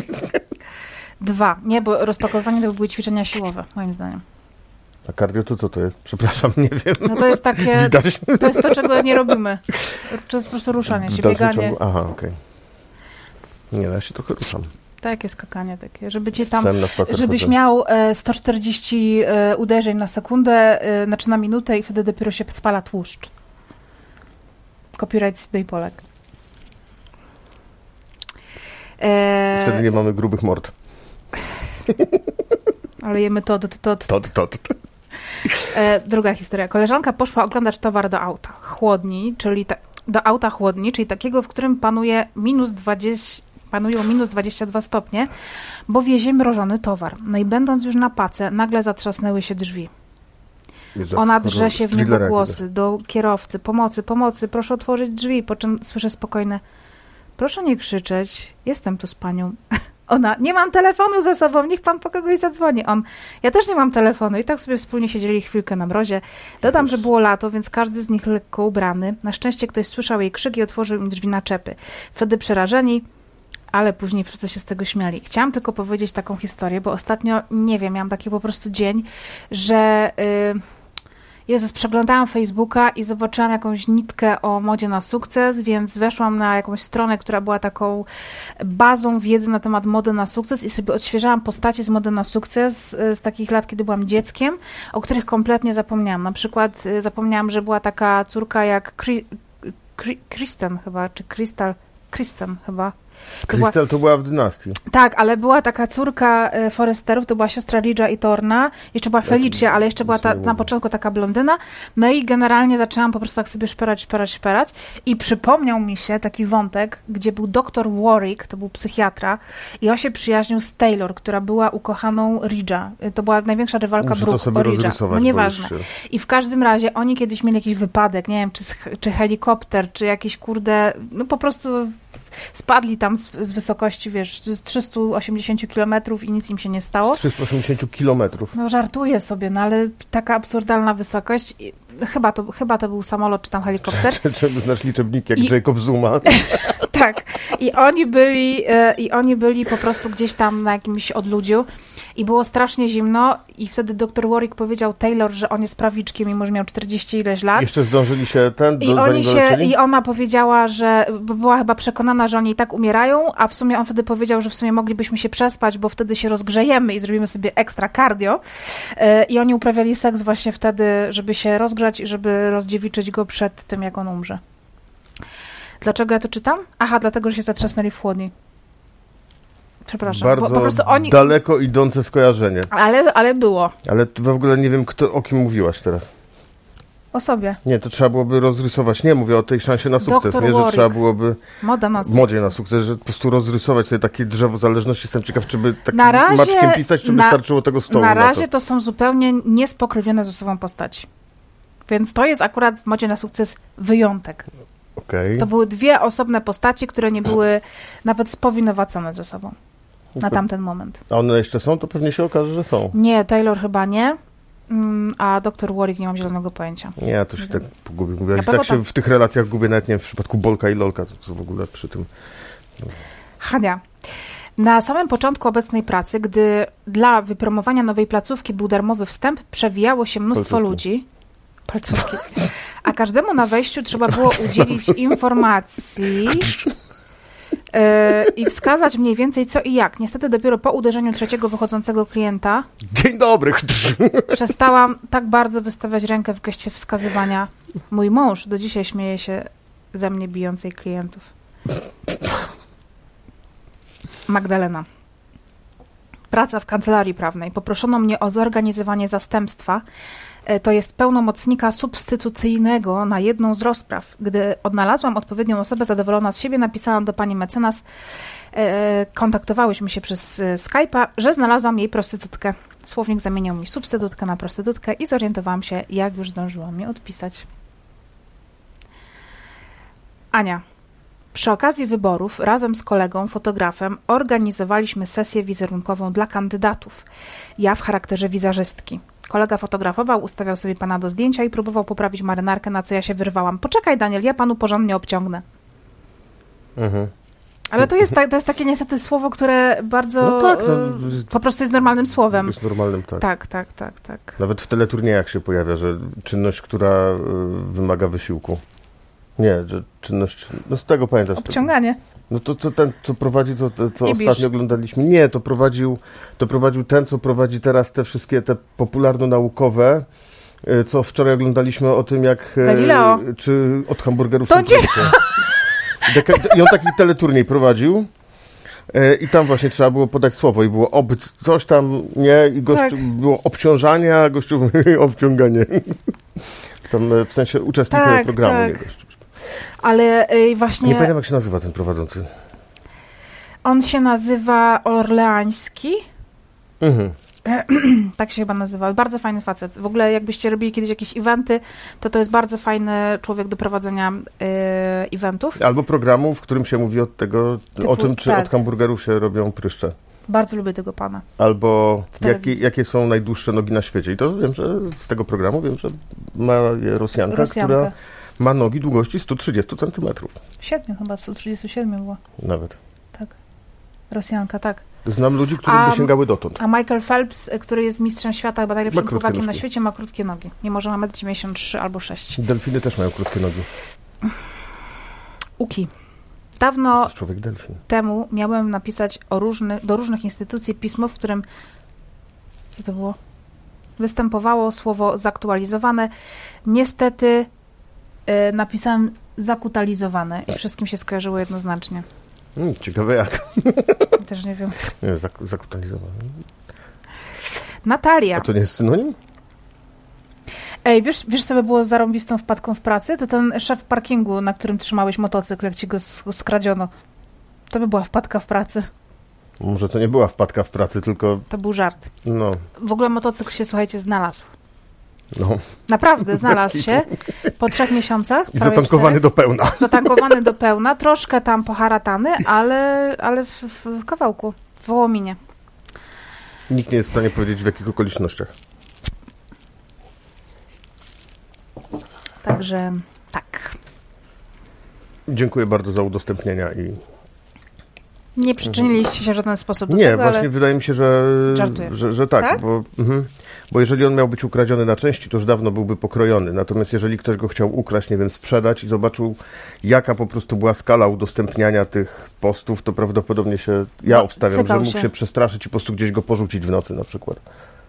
2. Nie, bo rozpakowanie to były ćwiczenia siłowe, moim zdaniem. A cardio to co to jest? Przepraszam, nie wiem. No to jest takie, Widać. to jest to, czego nie robimy. To jest po prostu ruszanie się, bieganie. Aha, okej. Nie, ja się trochę ruszam. Takie skakanie takie, żeby cię tam, żebyś chodzę. miał 140 uderzeń na sekundę, znaczy na minutę i wtedy dopiero się spala tłuszcz. Copyright Sidney Polak. Wtedy nie mamy grubych mord. Ale jemy to. Druga historia. Koleżanka poszła oglądać towar do auta. Chłodni, czyli do auta chłodni, czyli takiego, w którym panują minus 22 stopnie, bo wiezie mrożony towar. No i będąc już na pace, nagle zatrzasnęły się drzwi. Ona drze się w niebo głosy do kierowcy. Pomocy, proszę otworzyć drzwi. Po czym słyszę spokojne, proszę nie krzyczeć, jestem tu z panią. Ona, nie mam telefonu ze sobą, niech pan po kogoś zadzwoni. On, ja też nie mam telefonu. I tak sobie wspólnie siedzieli chwilkę na mrozie. Dodam, że było lato, więc każdy z nich lekko ubrany. Na szczęście ktoś słyszał jej krzyk i otworzył im drzwi na czepy. Wtedy przerażeni, ale później wszyscy się z tego śmiali. Chciałam tylko powiedzieć taką historię, bo ostatnio, nie wiem, miałam taki po prostu dzień, że Jezus, przeglądałam Facebooka i zobaczyłam jakąś nitkę o modzie na sukces, więc weszłam na jakąś stronę, która była taką bazą wiedzy na temat mody na sukces i sobie odświeżałam postacie z mody na sukces z takich lat, kiedy byłam dzieckiem, o których kompletnie zapomniałam. Na przykład zapomniałam, że była taka córka jak Kristen chyba, czy Kristen chyba. Krystal to była w Dynastii. Tak, ale była taka córka Forresterów, to była siostra Ridge'a i Thorna, jeszcze była Felicia, ale jeszcze była na początku taka blondyna, no i generalnie zaczęłam po prostu tak sobie szperać i przypomniał mi się taki wątek, gdzie był doktor Warwick, to był psychiatra i on się przyjaźnił z Taylor, która była ukochaną Ridge'a. To była największa rywalka Brooke o Ridge'a. No nieważne. I w każdym razie oni kiedyś mieli jakiś wypadek, nie wiem, czy helikopter, czy jakiś kurde, no po prostu spadli tam z wysokości, wiesz, z 380 kilometrów i nic im się nie stało. Z 380 kilometrów. No żartuję sobie, no ale taka absurdalna wysokość. Chyba to był samolot, czy tam helikopter. Czemu znasz liczebnik jak Jacob Zuma? Tak. I oni byli po prostu gdzieś tam na jakimś odludziu i było strasznie zimno i wtedy dr Warwick powiedział Taylor, że on jest prawiczkiem, mimo że miał 40 ileś lat. Jeszcze zdążyli się I ona powiedziała, że była chyba przekonana, że oni i tak umierają, a w sumie on wtedy powiedział, że w sumie moglibyśmy się przespać, bo wtedy się rozgrzejemy i zrobimy sobie ekstra cardio. I oni uprawiali seks właśnie wtedy, żeby się rozgrzać i żeby rozdziewiczyć go przed tym, jak on umrze. Dlaczego ja to czytam? Aha, dlatego, że się zatrzasnęli w chłodni. Przepraszam. Bardzo po prostu oni... daleko idące skojarzenie. Ale było. Ale w ogóle nie wiem, o kim mówiłaś teraz. O sobie. Nie, to trzeba byłoby rozrysować. Nie, mówię o tej szansie na sukces. Dr. Nie, że Warwick. trzeba byłoby... Modzie na sukces, że po prostu rozrysować sobie takie drzewo zależności. Jestem ciekaw, czy by takim na razie, maczkiem pisać, czy by starczyło tego stołu na razie to są zupełnie niespokrewione ze sobą postaci. Więc to jest akurat w Modzie na sukces wyjątek. Okay. To były dwie osobne postaci, które nie były nawet spowinowacone ze sobą na tamten moment. A one jeszcze są? To pewnie się okaże, że są. Nie, Taylor chyba nie, a dr Warwick nie mam zielonego pojęcia. Nie, to się tak pogubię. Mówię, ja tak się w tych relacjach gubię, nawet nie wiem, w przypadku Bolka i Lolka, to co w ogóle przy tym... Hania, na samym początku obecnej pracy, gdy dla wypromowania nowej placówki był darmowy wstęp, przewijało się mnóstwo ludzi. Palcówki. A każdemu na wejściu trzeba było udzielić informacji i wskazać mniej więcej co i jak. Niestety dopiero po uderzeniu trzeciego wychodzącego klienta Dzień dobry! Przestałam tak bardzo wystawiać rękę w geście wskazywania. Mój mąż do dzisiaj śmieje się ze mnie bijącej klientów. Magdalena. Praca w kancelarii prawnej. Poproszono mnie o zorganizowanie zastępstwa, to jest pełnomocnika substytucyjnego na jedną z rozpraw. Gdy odnalazłam odpowiednią osobę zadowolona z siebie, napisałam do pani mecenas, kontaktowałyśmy się przez Skype'a, że znalazłam jej prostytutkę. Słownik zamieniał mi substytutkę na prostytutkę i zorientowałam się, jak już zdążyłam mi odpisać. Ania. Przy okazji wyborów razem z kolegą, fotografem, organizowaliśmy sesję wizerunkową dla kandydatów. Ja w charakterze wizerzystki. Kolega fotografował, ustawiał sobie pana do zdjęcia i próbował poprawić marynarkę, na co ja się wyrwałam. Poczekaj, Daniel, ja panu porządnie obciągnę. Ale to jest takie niestety słowo, które bardzo po prostu jest normalnym słowem. Jest normalnym, tak. Tak. Nawet w teleturniejach się pojawia, że czynność, która wymaga wysiłku. Nie, że czynność, no z tego pamiętasz. Obciąganie. No to ten, co prowadzi, co ostatnio oglądaliśmy. Nie, to prowadził ten, co prowadzi teraz te wszystkie te popularno-naukowe, co wczoraj oglądaliśmy o tym, jak... Galileo. Czy od hamburgerów... To I on taki teleturniej prowadził. I tam właśnie trzeba było podać słowo i było coś tam, nie, i gościu było obciążanie, a gościu obciąganie. Tam w sensie uczestnik programu, nie gościu. Ale właśnie... Nie pamiętam, jak się nazywa ten prowadzący. On się nazywa Orleański. Tak się chyba nazywa. Bardzo fajny facet. W ogóle jakbyście robili kiedyś jakieś eventy, to jest bardzo fajny człowiek do prowadzenia eventów. Albo programu, w którym się mówi o tym, czy od hamburgerów się robią pryszcze. Bardzo lubię tego pana. Albo jakie są najdłuższe nogi na świecie. I to wiem, że z tego programu ma je Rosjanka, która ma nogi długości 130 centymetrów. 7 chyba, 137 była. Nawet. Tak. Rosjanka, tak. Znam ludzi, które by sięgały dotąd. A Michael Phelps, który jest mistrzem świata, chyba najlepszym pływakiem na świecie, ma krótkie nogi. Mimo, że ma 1,93 m albo 6. Delfiny też mają krótkie nogi. Uki. Dawno delfin. temu miałem napisać do różnych instytucji pismo, w którym co to było? Występowało słowo zaktualizowane. Niestety napisałam zakutalizowane i wszystkim się skojarzyło jednoznacznie. Ciekawe jak. Też nie wiem. Nie, zakutalizowane. Natalia. A to nie jest synonim? Ej, wiesz co by było zarąbistą wpadką w pracy? To ten szef parkingu, na którym trzymałeś motocykl, jak ci go skradziono. To by była wpadka w pracy. Może to nie była wpadka w pracy, tylko... To był żart. No. W ogóle motocykl się, słuchajcie, znalazł. No. Naprawdę, znalazł się po 3 miesiącach. I zatankowany do pełna. Zatankowany do pełna, troszkę tam poharatany, ale w kawałku, w Wołominie. Nikt nie jest w stanie powiedzieć, w jakich okolicznościach. Także tak. Dziękuję bardzo za udostępnienia i Nie przyczyniliście się w żaden sposób do nie, tego, właśnie ale... wydaje mi się, że tak, tak? Bo jeżeli on miał być ukradziony na części, to już dawno byłby pokrojony. Natomiast jeżeli ktoś go chciał ukraść, nie wiem, sprzedać i zobaczył, jaka po prostu była skala udostępniania tych postów, to prawdopodobnie ja obstawiam, że mógł się przestraszyć i po prostu gdzieś go porzucić w nocy na przykład.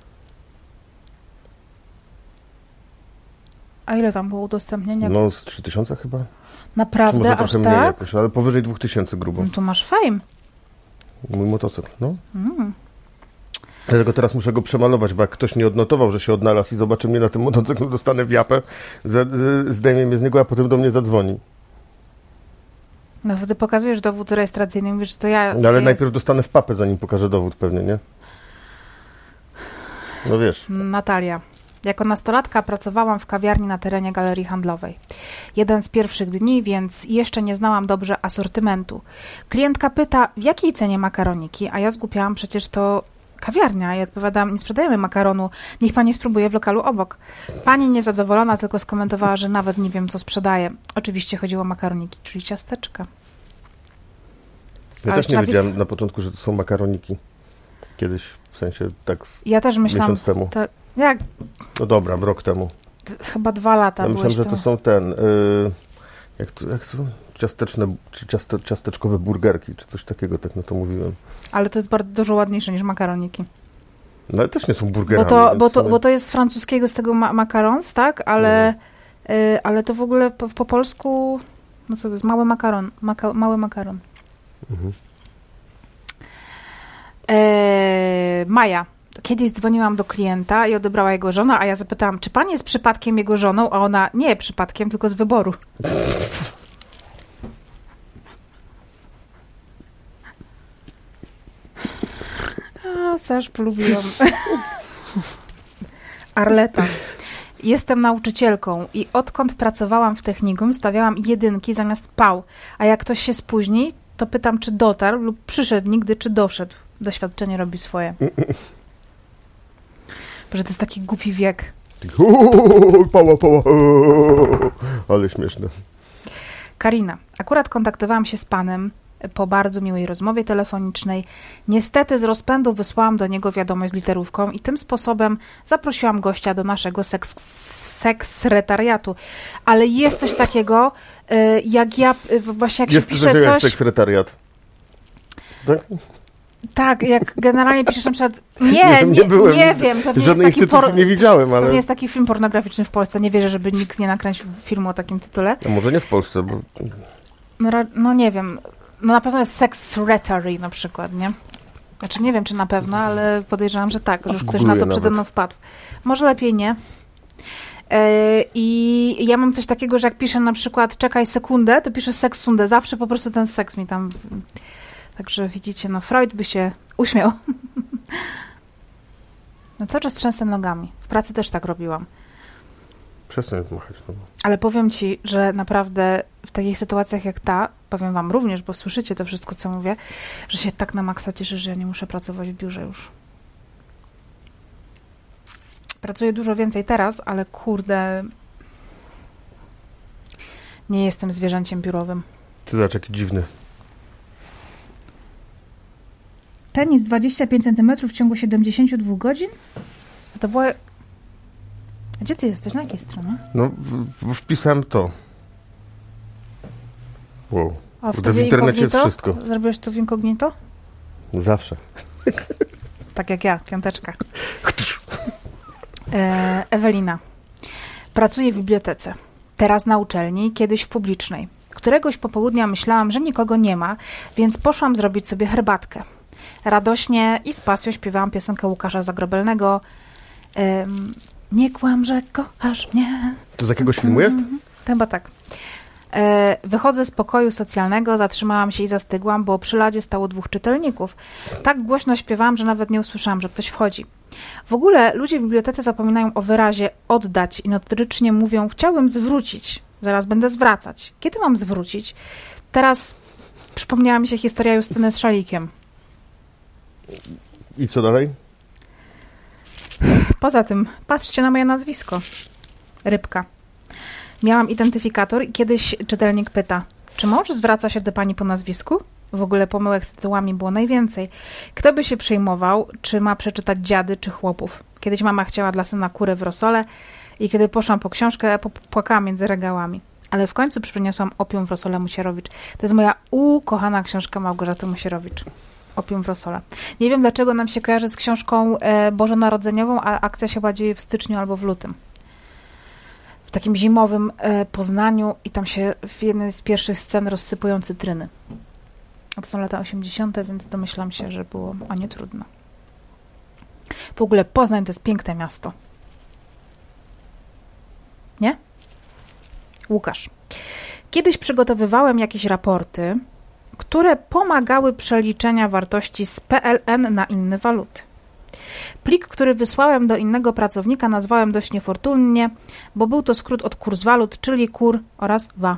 A ile tam było udostępnienia? No z 3000 chyba. Naprawdę? Czy może aż trochę tak? mniej jakoś, ale powyżej 2000 grubo. No to masz fame. Mój motocykl, no. Dlatego teraz muszę go przemalować, bo jak ktoś nie odnotował, że się odnalazł i zobaczy mnie na tym motocyklu, dostanę w japę, zdejmie mnie z niego, a potem do mnie zadzwoni. No ty pokazujesz dowód rejestracyjny, mówisz, że to ja... No, ale najpierw dostanę w papę, zanim pokażę dowód pewnie, nie? No wiesz. Natalia. Jako nastolatka pracowałam w kawiarni na terenie galerii handlowej. Jeden z pierwszych dni, więc jeszcze nie znałam dobrze asortymentu. Klientka pyta, w jakiej cenie makaroniki, a ja zgłupiałam, przecież to kawiarnia. I odpowiadam, nie sprzedajemy makaronu, niech pani spróbuje w lokalu obok. Pani niezadowolona tylko skomentowała, że nawet nie wiem, co sprzedaje. Oczywiście chodziło o makaroniki, czyli ciasteczka. Ja też nie wiedziałem na początku, że to są makaroniki. Kiedyś, w sensie tak ja też myślałam, miesiąc temu. Jak? No dobra, rok temu. Chyba 2 lata. Ja myślałem, że to są jak to ciasteczne, czy ciasteczkowe burgerki, czy coś takiego, tak na to mówiłem. Ale to jest bardzo dużo ładniejsze niż makaroniki. No ale też nie są burgerami. Bo to jest z francuskiego, z tego macarons, tak? Ale to w ogóle po polsku, no co to jest, mały makaron. Mały makaron. Mhm. Maja. Kiedyś dzwoniłam do klienta i odebrała jego żona, a ja zapytałam, czy pan jest przypadkiem jego żoną? A ona, nie przypadkiem, tylko z wyboru. Aż polubiłam. Arleta. Jestem nauczycielką i odkąd pracowałam w technikum, stawiałam 1 zamiast pał. A jak ktoś się spóźni, to pytam, czy dotarł lub przyszedł nigdy, czy doszedł. Doświadczenie robi swoje. Że to jest taki głupi wiek. Pała. Ale śmieszne. Karina. Akurat kontaktowałam się z panem po bardzo miłej rozmowie telefonicznej. Niestety z rozpędu wysłałam do niego wiadomość z literówką i tym sposobem zaprosiłam gościa do naszego sekretariatu. Ale jest coś takiego, jak ja właśnie jak jest się pisze coś... Jest sekretariat. Tak? Tak, jak generalnie piszesz na przykład... Nie wiem. Żadnej instytucji nie widziałem, ale... Pewnie jest taki film pornograficzny w Polsce. Nie wierzę, żeby nikt nie nakręcił filmu o takim tytule. A może nie w Polsce, bo... No nie wiem. No na pewno jest Secretary na przykład, nie? Znaczy nie wiem, czy na pewno, ale podejrzewam, że tak. Że już ktoś na to przede mną wpadł. Może lepiej nie. I ja mam coś takiego, że jak piszę na przykład czekaj sekundę, to piszę seksundę. Zawsze po prostu ten seks mi tam... Także widzicie, no Freud by się uśmiał. No cały czas trzęsę nogami. W pracy też tak robiłam. Przestań machać. No. Ale powiem ci, że naprawdę w takich sytuacjach jak ta, powiem wam również, bo słyszycie to wszystko, co mówię, że się tak na maksa cieszę, że ja nie muszę pracować w biurze już. Pracuję dużo więcej teraz, ale kurde, nie jestem zwierzęciem biurowym. Ty zobacz, jaki dziwny. Tenis 25 cm w ciągu 72 godzin? A to było... Gdzie ty jesteś? Na jakiej stronie? No, wpisałem to. Wow. A w internecie inkognito? Jest wszystko. Zrobiłeś to w inkognito? Zawsze. Tak jak ja, piąteczka. Ewelina. Pracuję w bibliotece. Teraz na uczelni, kiedyś w publicznej. Któregoś popołudnia myślałam, że nikogo nie ma, więc poszłam zrobić sobie herbatkę. Radośnie i z pasją śpiewałam piosenkę Łukasza Zagrobelnego. Nie kłam, że kochasz mnie. To z jakiegoś filmu jest? Chyba tak. Wychodzę z pokoju socjalnego, zatrzymałam się i zastygłam, bo przy ladzie stało 2 czytelników. Tak głośno śpiewałam, że nawet nie usłyszałam, że ktoś wchodzi. W ogóle ludzie w bibliotece zapominają o wyrazie oddać i notorycznie mówią chciałbym zwrócić. Zaraz będę zwracać. Kiedy mam zwrócić? Teraz przypomniała mi się historia Justyny z szalikiem. I co dalej? Poza tym, patrzcie na moje nazwisko. Rybka. Miałam identyfikator i kiedyś czytelnik pyta, czy mąż zwraca się do pani po nazwisku? W ogóle pomyłek z tytułami było najwięcej. Kto by się przejmował, czy ma przeczytać Dziady, czy Chłopów? Kiedyś mama chciała dla syna kurę w rosole i kiedy poszłam po książkę, płakałam między regałami. Ale w końcu przyniosłam Opium w rosole Musierowicz. To jest moja ukochana książka Małgorzaty Musierowicz. Opium w rosole. Nie wiem, dlaczego nam się kojarzy z książką bożonarodzeniową, a akcja się chyba dzieje w styczniu albo w lutym. W takim zimowym Poznaniu i tam się w jednej z pierwszych scen rozsypują cytryny. To są lata 80., więc domyślam się, że było nie trudno. W ogóle Poznań to jest piękne miasto. Nie? Łukasz. Kiedyś przygotowywałem jakieś raporty, które pomagały przeliczenia wartości z PLN na inne waluty. Plik, który wysłałem do innego pracownika, nazwałem dość niefortunnie, bo był to skrót od kurs walut, czyli kur oraz wa.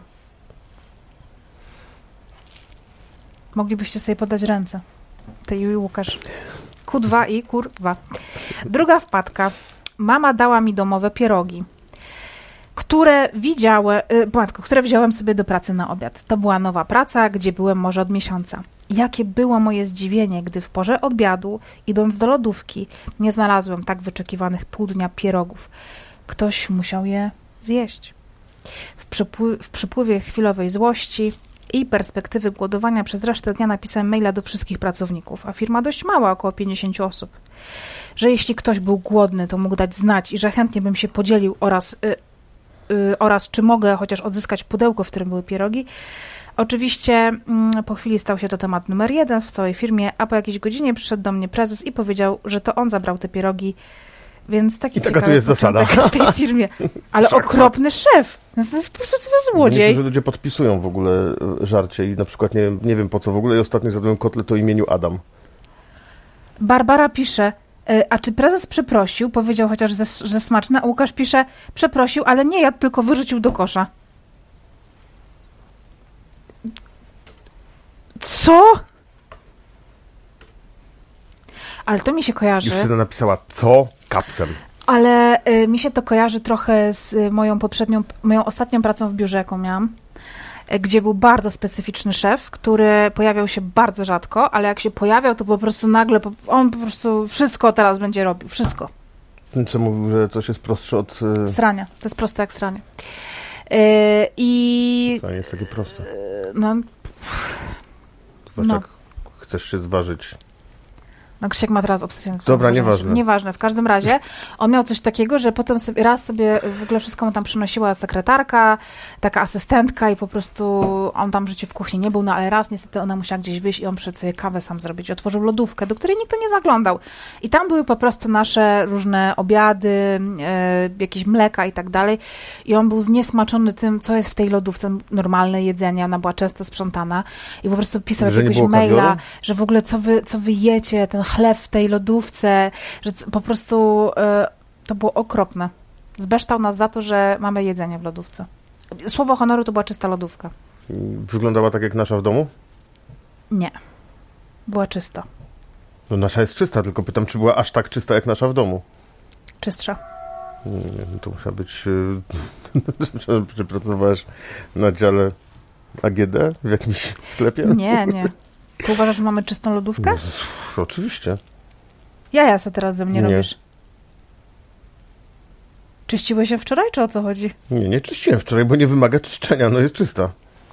Moglibyście sobie podać ręce. Ty i Łukasz. Q2 i kurwa. Druga wpadka. Mama dała mi domowe pierogi, które wziąłem sobie do pracy na obiad. To była nowa praca, gdzie byłem może od miesiąca. Jakie było moje zdziwienie, gdy w porze obiadu, idąc do lodówki, nie znalazłem tak wyczekiwanych pół dnia pierogów. Ktoś musiał je zjeść. W przypływie chwilowej złości i perspektywy głodowania przez resztę dnia napisałem maila do wszystkich pracowników, a firma dość mała, około 50 osób. Że jeśli ktoś był głodny, to mógł dać znać i że chętnie bym się podzielił oraz czy mogę chociaż odzyskać pudełko, w którym były pierogi. Oczywiście po chwili stał się to temat numer 1 w całej firmie, a po jakiejś godzinie przyszedł do mnie prezes i powiedział, że to on zabrał te pierogi, więc taki taka tu jest zasada w tej firmie. Ale okropny szef. To jest po prostu za złodziej. Niektórzy ludzie podpisują w ogóle żarcie i na przykład nie wiem po co w ogóle i ostatnio zjadłem kotlet o imieniu Adam. Barbara pisze, a czy prezes przeprosił? Powiedział chociaż, że smaczne, a Łukasz pisze, przeprosił, ale nie jadł, tylko wyrzucił do kosza. Co? Ale to mi się kojarzy... Już wtedy napisała co? Kapsem. Ale mi się to kojarzy trochę z moją ostatnią pracą w biurze, jaką miałam, gdzie był bardzo specyficzny szef, który pojawiał się bardzo rzadko, ale jak się pojawiał, to po prostu nagle, on po prostu wszystko teraz będzie robił, wszystko. Ten co mówił, że coś jest prostsze od... Srania, to jest proste jak sranie. I... To nie jest takie proste. No... Zwłaszcza jak chcesz się zważyć. No Krzysiek ma teraz obsesję. Dobra, nieważne. Nieważne. W każdym razie on miał coś takiego, że potem raz sobie w ogóle wszystko mu tam przynosiła sekretarka, taka asystentka i po prostu on tam w życiu w kuchni nie był, no ale raz niestety ona musiała gdzieś wyjść i on przyszedł sobie kawę sam zrobić. Otworzył lodówkę, do której nikt nie zaglądał. I tam były po prostu nasze różne obiady, jakieś mleka i tak dalej. I on był zniesmaczony tym, co jest w tej lodówce, normalne jedzenie. Ona była często sprzątana i po prostu pisał jakiegoś maila, że w ogóle co wy jecie, ten chleb w tej lodówce, że po prostu to było okropne. Zbeształ nas za to, że mamy jedzenie w lodówce. Słowo honoru to była czysta lodówka. Wyglądała tak jak nasza w domu? Nie. Była czysta. No nasza jest czysta, tylko pytam, czy była aż tak czysta jak nasza w domu? Czystsza. Nie, to musiała być... Czy pracowałeś na dziale AGD w jakimś sklepie? Nie. Ty uważasz, że mamy czystą lodówkę? No, oczywiście. Jaja se teraz ze mnie robisz. Czyściłeś się wczoraj, czy o co chodzi? Nie czyściłem wczoraj, bo nie wymaga czyszczenia, no jest czysta.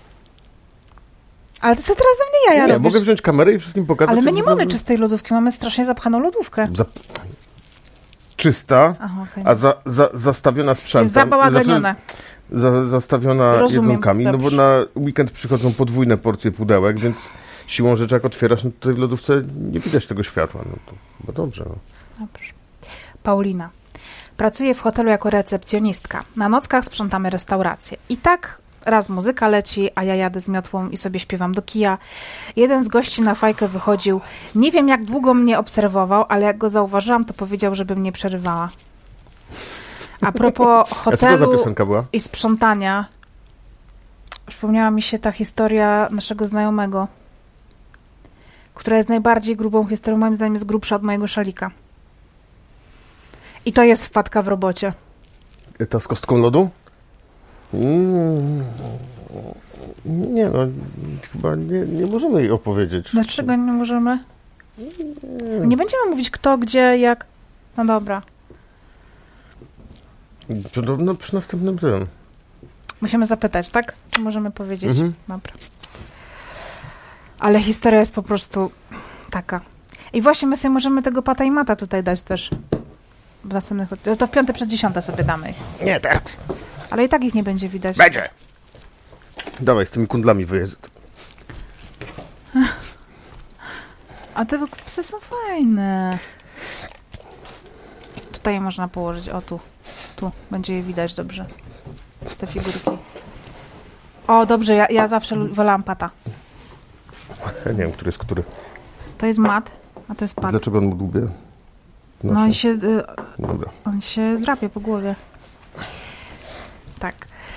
Ale ty co teraz ze mnie jaja robisz? Mogę wziąć kamerę i wszystkim pokazać. Ale my nie mamy czystej lodówki, mamy strasznie zapchaną lodówkę. Czysta, aha, okay. A zastawiona sprzętem. Jest zabałagoniona. Zastawiona jedzonkami, no bo na weekend przychodzą podwójne porcje pudełek, więc siłą rzeczy jak otwierasz, no to w lodówce nie widać tego światła. No to chyba dobrze. No. Dobrze. Paulina. Pracuję w hotelu jako recepcjonistka. Na nockach sprzątamy restaurację. I tak raz muzyka leci, a ja jadę z miotłą i sobie śpiewam do kija. Jeden z gości na fajkę wychodził. Nie wiem, jak długo mnie obserwował, ale jak go zauważyłam, to powiedział, żebym nie przerywała. A propos hotelu i sprzątania, przypomniała mi się ta historia naszego znajomego, która jest najbardziej grubą historią, moim zdaniem jest grubsza od mojego szalika. I to jest wpadka w robocie. Ta z kostką lodu? Nie, no chyba nie możemy jej opowiedzieć. Dlaczego nie możemy? Nie będziemy mówić kto, gdzie, jak. No dobra. No przy następnym tym. Musimy zapytać, tak? Czy możemy powiedzieć? Dobra. Ale historia jest po prostu taka. I właśnie my sobie możemy tego pata i mata tutaj dać też. W następnych... To w 5 przez 10 sobie damy ich. Nie, teraz. Ale i tak ich nie będzie widać. Będzie. Dawaj, z tymi kundlami wyjeżdżę. A te psy są fajne. Tutaj je można położyć. O, tu. Tu. Będzie je widać dobrze. Te figurki. O, dobrze. Ja zawsze wolałam pata. Ja nie wiem, który jest który. To jest mat, a to jest pat. Dlaczego on mu dłubie? No on się... Dobra. On się drapie po głowie. Tak.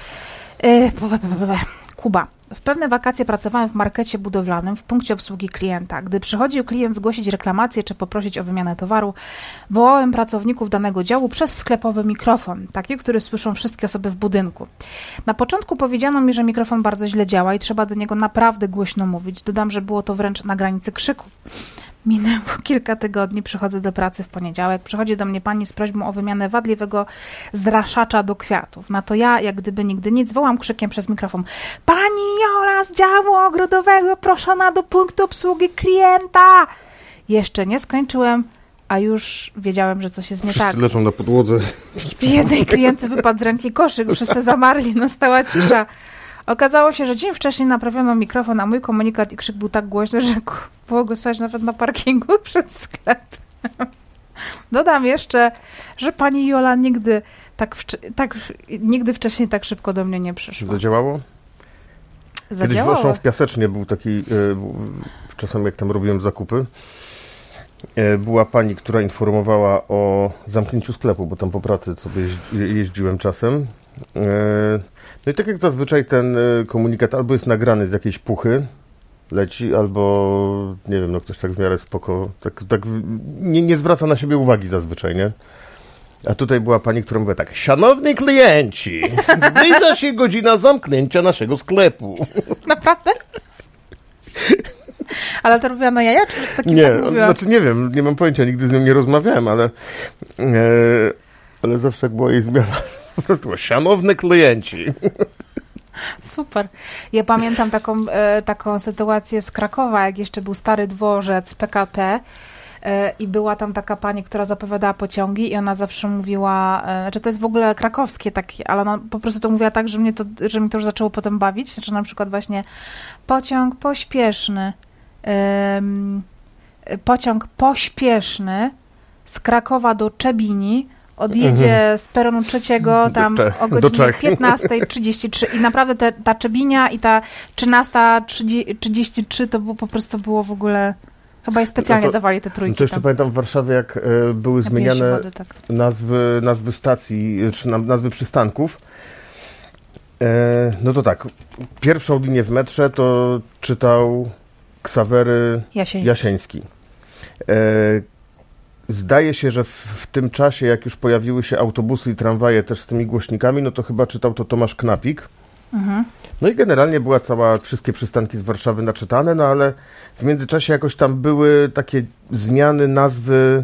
Kuba. W pewne wakacje pracowałem w markecie budowlanym w punkcie obsługi klienta. Gdy przychodził klient zgłosić reklamację czy poprosić o wymianę towaru, wołałem pracowników danego działu przez sklepowy mikrofon, taki, który słyszą wszystkie osoby w budynku. Na początku powiedziano mi, że mikrofon bardzo źle działa i trzeba do niego naprawdę głośno mówić. Dodam, że było to wręcz na granicy krzyku. Minęło kilka tygodni, przychodzę do pracy w poniedziałek, przychodzi do mnie pani z prośbą o wymianę wadliwego zraszacza do kwiatów. Na to ja, jak gdyby nigdy nic, wołam krzykiem przez mikrofon: pani Jola z działu ogrodowego proszona do punktu obsługi klienta! Jeszcze nie skończyłem, a już wiedziałem, że coś jest nie tak. Wszyscy leżą na podłodze. Jednej klientce wypadł z ręki koszyk, wszyscy zamarli, nastała cisza. Okazało się, że dzień wcześniej naprawiono mikrofon, a mój komunikat i krzyk był tak głośny, że było go słychać nawet na parkingu przed sklepem. Dodam jeszcze, że pani Jola nigdy wcześniej tak szybko do mnie nie przyszła. Zadziałało? Kiedyś w Piasecznie był taki, czasem jak tam robiłem zakupy, była pani, która informowała o zamknięciu sklepu, bo tam po pracy sobie jeździłem czasem. No i tak jak zazwyczaj ten komunikat albo jest nagrany z jakiejś puchy, leci, albo nie wiem, no ktoś tak w miarę spoko, tak nie zwraca na siebie uwagi zazwyczaj, nie? A tutaj była pani, która mówiła tak: szanowni klienci, zbliża się godzina zamknięcia naszego sklepu. Naprawdę? Ale to robiła na jaja, czy już takim nie, tak mówiła? Znaczy nie wiem, nie mam pojęcia, nigdy z nią nie rozmawiałem, ale zawsze jak była jej zmiana, po prostu szanowni klienci. Super. Ja pamiętam taką sytuację z Krakowa, jak jeszcze był stary dworzec PKP i była tam taka pani, która zapowiadała pociągi i ona zawsze mówiła, że to jest w ogóle krakowskie takie, ale ona po prostu to mówiła tak, że mi to już zaczęło potem bawić, że na przykład właśnie pociąg pośpieszny z Krakowa do Czebini odjedzie z peronu 3 tam o godzinie 15:33 i naprawdę ta Czebinia i ta 13:33 to po prostu było w ogóle, chyba jest specjalnie dawali te trójki. To jeszcze tam pamiętam w Warszawie, jak były zmieniane wody, tak. nazwy stacji, czy nazwy przystanków. No to tak, pierwszą linię w metrze to czytał Ksawery Jasieński. Zdaje się, że w tym czasie, jak już pojawiły się autobusy i tramwaje też z tymi głośnikami, no to chyba czytał to Tomasz Knapik. Mhm. No i generalnie była wszystkie przystanki z Warszawy naczytane, no ale w międzyczasie jakoś tam były takie zmiany nazwy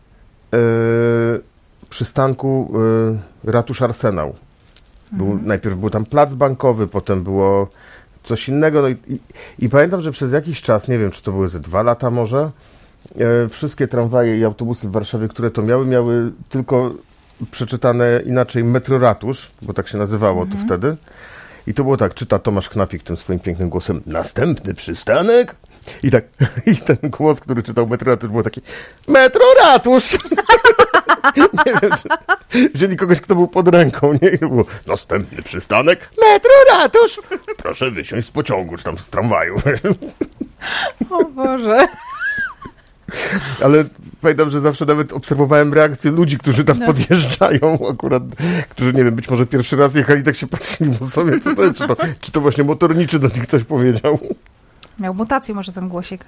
przystanku Ratusz Arsenał. Najpierw był tam plac bankowy, potem było coś innego. No i pamiętam, że przez jakiś czas, nie wiem, czy to były ze 2 lata może, wszystkie tramwaje i autobusy w Warszawie, które to miały tylko przeczytane inaczej Metro Ratusz, bo tak się nazywało to wtedy. I to było tak, czyta Tomasz Knapik tym swoim pięknym głosem: następny przystanek. I ten głos, który czytał Metro Ratusz, był taki: Metro Ratusz! Nie wiem, czy wzięli kogoś, kto był pod ręką, nie? I było: następny przystanek, Metro Ratusz! Proszę wysiąść z pociągu, czy tam z tramwaju. O Boże. Ale pamiętam, że zawsze nawet obserwowałem reakcję ludzi, którzy tam podjeżdżają akurat, którzy, nie wiem, być może pierwszy raz jechali, tak się patrzyli, bo sobie, co to jest, czy to właśnie motorniczy do nich coś powiedział. Miał mutację może ten głosik.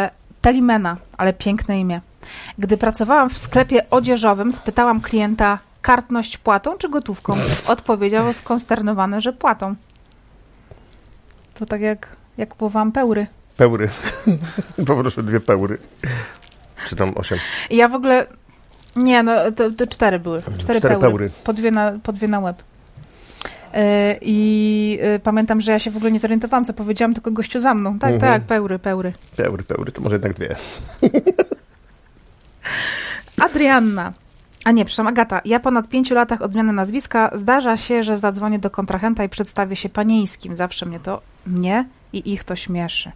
Telimena, ale piękne imię. Gdy pracowałam w sklepie odzieżowym, spytałam klienta, Kartność płatą czy gotówką? Odpowiedział skonsternowany, że płatą. To tak jak kupowałam peury. Peury. Poproszę 2 peury. Czy tam 8. I ja w ogóle... Nie, no to 4 były. 4 peury. Po dwie na łeb. Pamiętam, że ja się w ogóle nie zorientowałam, co powiedziałam, tylko gościu za mną. Tak, tak, peury. Peury, to może jednak 2. Adrianna. Agata. Ja ponad 5 latach od zmiany nazwiska zdarza się, że zadzwonię do kontrahenta i przedstawię się panieńskim. Zawsze mnie i ich to śmieszy.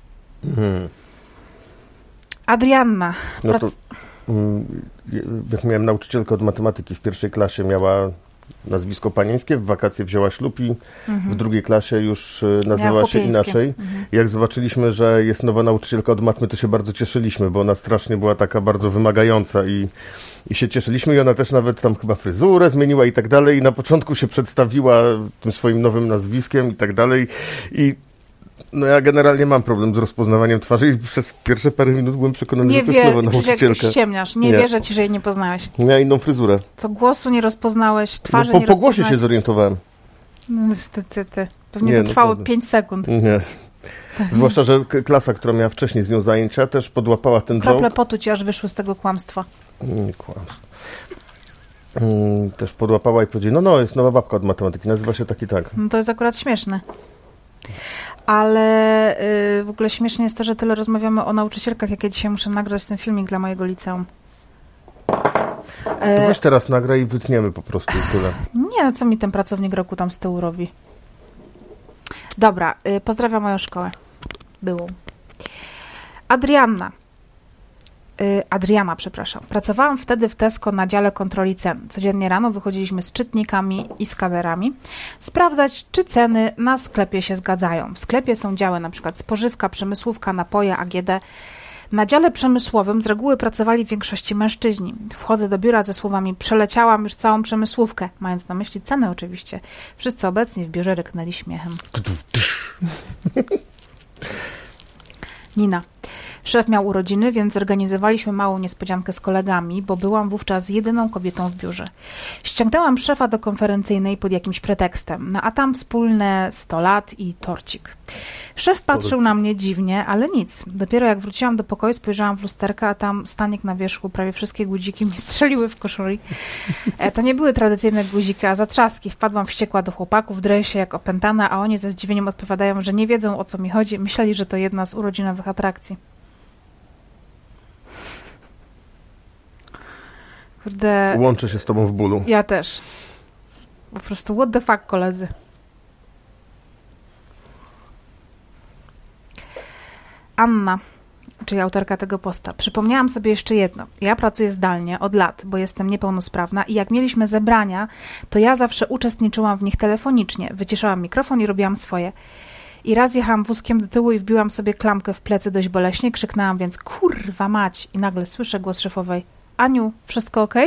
Adrianna. No to, jak miałem nauczycielkę od matematyki w 1. klasie, miała nazwisko panieńskie, w wakacje wzięła ślub i w 2. klasie już nazywała się inaczej. Jak zobaczyliśmy, że jest nowa nauczycielka od matmy, to się bardzo cieszyliśmy, bo ona strasznie była taka bardzo wymagająca i się cieszyliśmy i ona też nawet tam chyba fryzurę zmieniła i tak dalej i na początku się przedstawiła tym swoim nowym nazwiskiem i tak dalej i no ja generalnie mam problem z rozpoznawaniem twarzy i przez pierwsze parę minut byłem przekonany, że to jest nowa nauczycielka. Nie ściemniasz, nie wierzę ci, że jej nie poznałeś. Miała inną fryzurę. Co głosu nie rozpoznałeś, twarzy nie rozpoznałeś. Po głosie się zorientowałem. No, ty. Pewnie to trwało 5 sekund. Nie. Zwłaszcza, że klasa, która miała wcześniej z nią zajęcia, też podłapała ten joke. Krople potu ci aż wyszły z tego kłamstwa. Nie kłamstwo. Też podłapała i powiedziała, no jest nowa babka od matematyki, nazywa się tak i tak. No to jest akurat śmieszne. Ale w ogóle śmiesznie jest to, że tyle rozmawiamy o nauczycielkach, jak ja dzisiaj muszę nagrać ten filmik dla mojego liceum. To weź teraz nagraj i wytniemy po prostu i tyle. Nie, no co mi ten pracownik roku tam z tyłu robi? Dobra, pozdrawiam moją szkołę. Byłą. Adriana, przepraszam. Pracowałam wtedy w Tesco na dziale kontroli cen. Codziennie rano wychodziliśmy z czytnikami i skanerami sprawdzać, czy ceny na sklepie się zgadzają. W sklepie są działy np. spożywka, przemysłówka, napoje, AGD. Na dziale przemysłowym z reguły pracowali w większości mężczyźni. Wchodzę do biura ze słowami przeleciałam już całą przemysłówkę, mając na myśli cenę oczywiście. Wszyscy obecni w biurze ryknęli śmiechem. Nina. Szef miał urodziny, więc zorganizowaliśmy małą niespodziankę z kolegami, bo byłam wówczas jedyną kobietą w biurze. Ściągnęłam szefa do konferencyjnej pod jakimś pretekstem, no a tam wspólne 100 lat i torcik. Szef patrzył na mnie dziwnie, ale nic. Dopiero jak wróciłam do pokoju, spojrzałam w lusterkę, a tam stanik na wierzchu, prawie wszystkie guziki mi strzeliły w koszuli. To nie były tradycyjne guziki, a zatrzaski. Wpadłam wściekła do chłopaków, dreję się jak opętana, a oni ze zdziwieniem odpowiadają, że nie wiedzą, o co mi chodzi. Myśleli, że to jedna z urodzinowych atrakcji. Kurde. Łączę się z tobą w bólu. Ja też. Po prostu what the fuck, koledzy. Anna, czyli autorka tego posta. Przypomniałam sobie jeszcze jedno. Ja pracuję zdalnie od lat, bo jestem niepełnosprawna i jak mieliśmy zebrania, to ja zawsze uczestniczyłam w nich telefonicznie. Wyciszałam mikrofon i robiłam swoje. I raz jechałam wózkiem do tyłu i wbiłam sobie klamkę w plecy dość boleśnie. Krzyknęłam więc, kurwa mać. I nagle słyszę głos szefowej. Aniu, wszystko okej?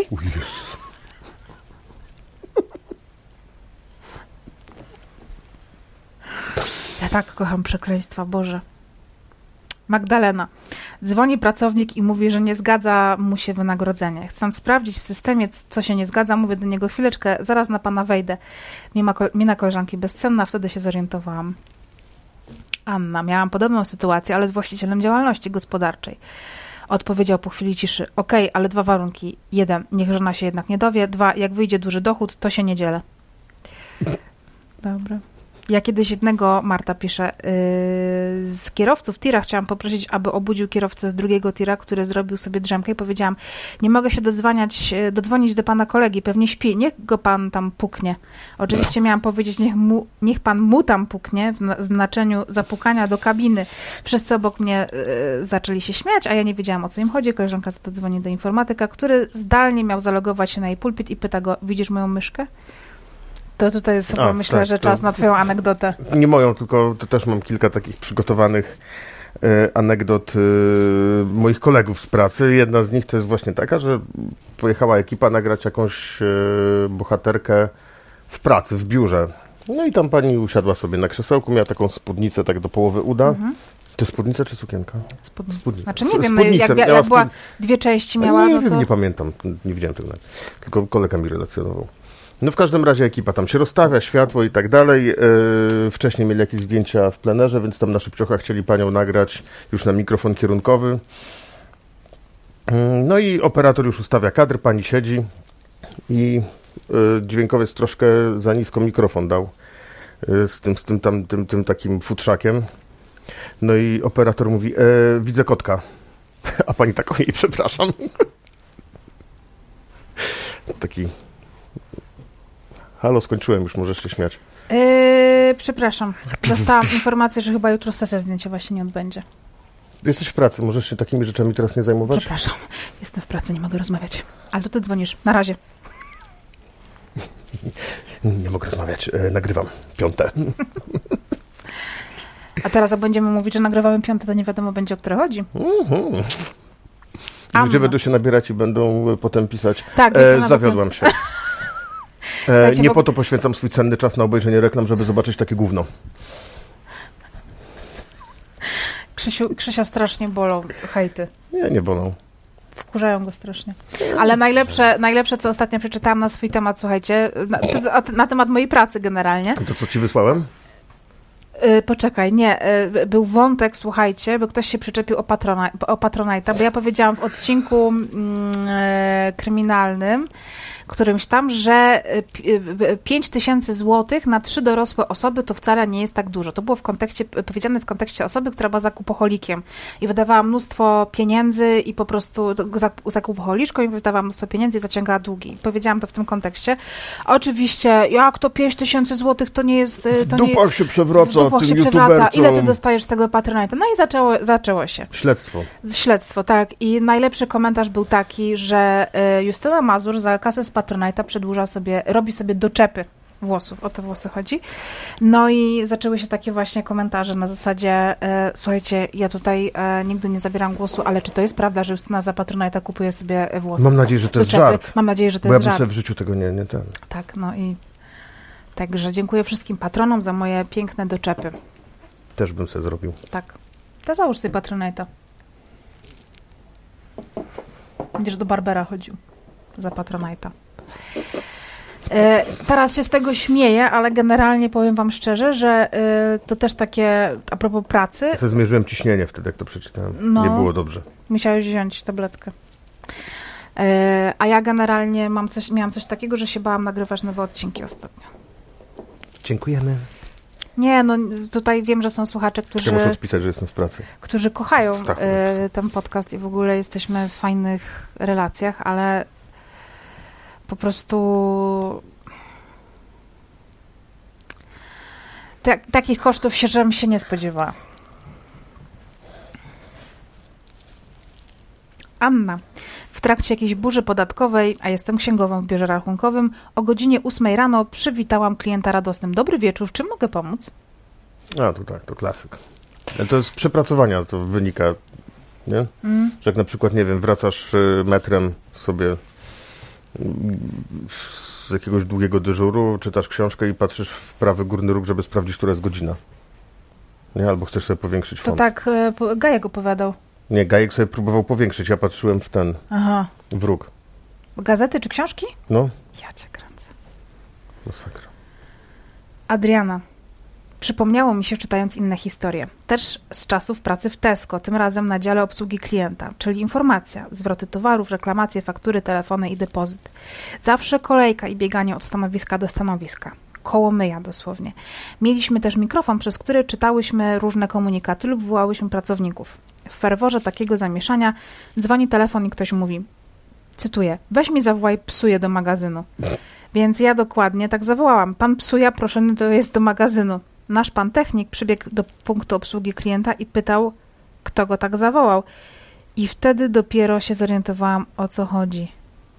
Ja tak kocham przekleństwa, Boże. Magdalena. Dzwoni pracownik i mówi, że nie zgadza mu się wynagrodzenie. Chcąc sprawdzić w systemie, co się nie zgadza, mówię do niego chwileczkę, zaraz na pana wejdę. Mina koleżanki bezcenna, wtedy się zorientowałam. Anna. Miałam podobną sytuację, ale z właścicielem działalności gospodarczej. Odpowiedział po chwili ciszy. Okej, ale 2 warunki. 1. Niech żona się jednak nie dowie. 2. Jak wyjdzie duży dochód, to się nie dzielę. Dobra. Ja kiedyś jednego, Marta pisze, z kierowców tira chciałam poprosić, aby obudził kierowcę z drugiego tira, który zrobił sobie drzemkę i powiedziałam, nie mogę się dodzwonić do pana kolegi, pewnie śpi, niech go pan tam puknie. Oczywiście miałam powiedzieć, niech pan mu tam puknie, w znaczeniu zapukania do kabiny. Wszyscy obok mnie zaczęli się śmiać, a ja nie wiedziałam, o co im chodzi. Koleżanka za to dzwoni do informatyka, który zdalnie miał zalogować się na jej pulpit i pyta go, widzisz moją myszkę? To tutaj jest chyba, myślę, że czas na twoją anegdotę. Nie moją, tylko to też mam kilka takich przygotowanych anegdot moich kolegów z pracy. Jedna z nich to jest właśnie taka, że pojechała ekipa nagrać jakąś bohaterkę w pracy, w biurze. No i tam pani usiadła sobie na krzesełku, miała taką spódnicę tak do połowy uda. To spódnica czy sukienka? Spódnica. Znaczy nie wiem, jak była dwie części miała, nie no to... wiem, nie pamiętam, nie widziałem tego nawet. Tylko kolega mi relacjonował. No w każdym razie ekipa tam się rozstawia, światło i tak dalej. Wcześniej mieli jakieś zdjęcia w plenerze, więc tam na szybciocha chcieli panią nagrać już na mikrofon kierunkowy. No i operator już ustawia kadr, pani siedzi i dźwiękowiec troszkę za nisko mikrofon dał z tym takim futrzakiem. No i operator mówi, widzę kotka. A pani tak, ojej, przepraszam. Taki... Halo, skończyłem już, możesz się śmiać. Przepraszam. Dostałam informację, że chyba jutro sesja zdjęciowa się nie odbędzie. Jesteś w pracy, możesz się takimi rzeczami teraz nie zajmować? Przepraszam, jestem w pracy, nie mogę rozmawiać. Ale to ty dzwonisz. Na razie. Nie mogę rozmawiać, nagrywam 5. A teraz jak będziemy mówić, że nagrywamy 5, to nie wiadomo będzie, o które chodzi. Ludzie będą się nabierać i będą potem pisać. Tak, zawiodłam się. Nie po to poświęcam swój cenny czas na obejrzenie reklam, żeby zobaczyć takie gówno. Krzysia strasznie bolą hejty. Nie bolą. Wkurzają go strasznie. Ale najlepsze, co ostatnio przeczytałam na swój temat, słuchajcie, na temat mojej pracy generalnie. To co ci wysłałem? Poczekaj, nie. Był wątek, słuchajcie, bo ktoś się przyczepił o Patronite'a, bo ja powiedziałam w odcinku kryminalnym, którymś tam, że 5000 złotych na 3 dorosłe osoby to wcale nie jest tak dużo. To było powiedziane w kontekście osoby, która była zakupoholikiem i wydawała mnóstwo pieniędzy i po prostu zakupoholiczką i wydawała mnóstwo pieniędzy i zaciągała długi. Powiedziałam to w tym kontekście. Oczywiście, jak to 5000 złotych to nie jest... W dupach się przewraca tym youtubercom. Ile ty dostajesz z tego Patronite'a? No i zaczęło się. Śledztwo, tak. I najlepszy komentarz był taki, że Justyna Mazur za kasę z Patronite'a robi sobie doczepy włosów. O te włosy chodzi. No i zaczęły się takie właśnie komentarze na zasadzie słuchajcie, ja tutaj nigdy nie zabieram głosu, ale czy to jest prawda, że Justyna za Patronite'a kupuje sobie włosy? Mam nadzieję, że to jest żart. Mam nadzieję, że to jest żart. Bo ja bym sobie w życiu tego nie ten. Tak, no i także dziękuję wszystkim patronom za moje piękne doczepy. Też bym sobie zrobił. Tak. To załóż sobie Patronite'a. Będziesz do barbera chodził za Patronite'a. Teraz się z tego śmieję, ale generalnie powiem wam szczerze, że to też takie, a propos pracy... Ja sobie zmierzyłem ciśnienie wtedy, jak to przeczytałem. No, nie było dobrze. Musiałeś wziąć tabletkę. A ja generalnie miałam coś takiego, że się bałam nagrywać nowe odcinki ostatnio. Dziękujemy. Nie, no tutaj wiem, że są słuchacze, którzy... Ja muszę odpisać, że jestem w pracy. Którzy kochają ten podcast i w ogóle jesteśmy w fajnych relacjach, ale po prostu takich kosztów żebym się nie spodziewała. Anna. W trakcie jakiejś burzy podatkowej, a jestem księgową w biurze rachunkowym, o godzinie 8 rano przywitałam klienta radosnym. Dobry wieczór, w czym mogę pomóc? A, to tak, to klasyk. To z przepracowania to wynika, nie? Że jak na przykład, nie wiem, wracasz metrem sobie z jakiegoś długiego dyżuru, czytasz książkę i patrzysz w prawy górny róg, żeby sprawdzić, która jest godzina. Nie? Albo chcesz sobie powiększyć font. To tak Gajek opowiadał. Nie, Gajek sobie próbował powiększyć, ja patrzyłem w w róg. Gazety czy książki? No. Ja cię kręcę. Masakra. Adriana. Przypomniało mi się, czytając inne historie. Też z czasów pracy w Tesco, tym razem na dziale obsługi klienta, czyli informacja, zwroty towarów, reklamacje, faktury, telefony i depozyt. Zawsze kolejka i bieganie od stanowiska do stanowiska. Kołomyja dosłownie. Mieliśmy też mikrofon, przez który czytałyśmy różne komunikaty lub wołałyśmy pracowników. W ferworze takiego zamieszania dzwoni telefon i ktoś mówi, cytuję, weź mi zawołaj Psuje do magazynu. Więc ja dokładnie tak zawołałam. Pan Psuja proszony to jest do magazynu. Nasz pan technik przybiegł do punktu obsługi klienta i pytał, kto go tak zawołał. I wtedy dopiero się zorientowałam, o co chodzi.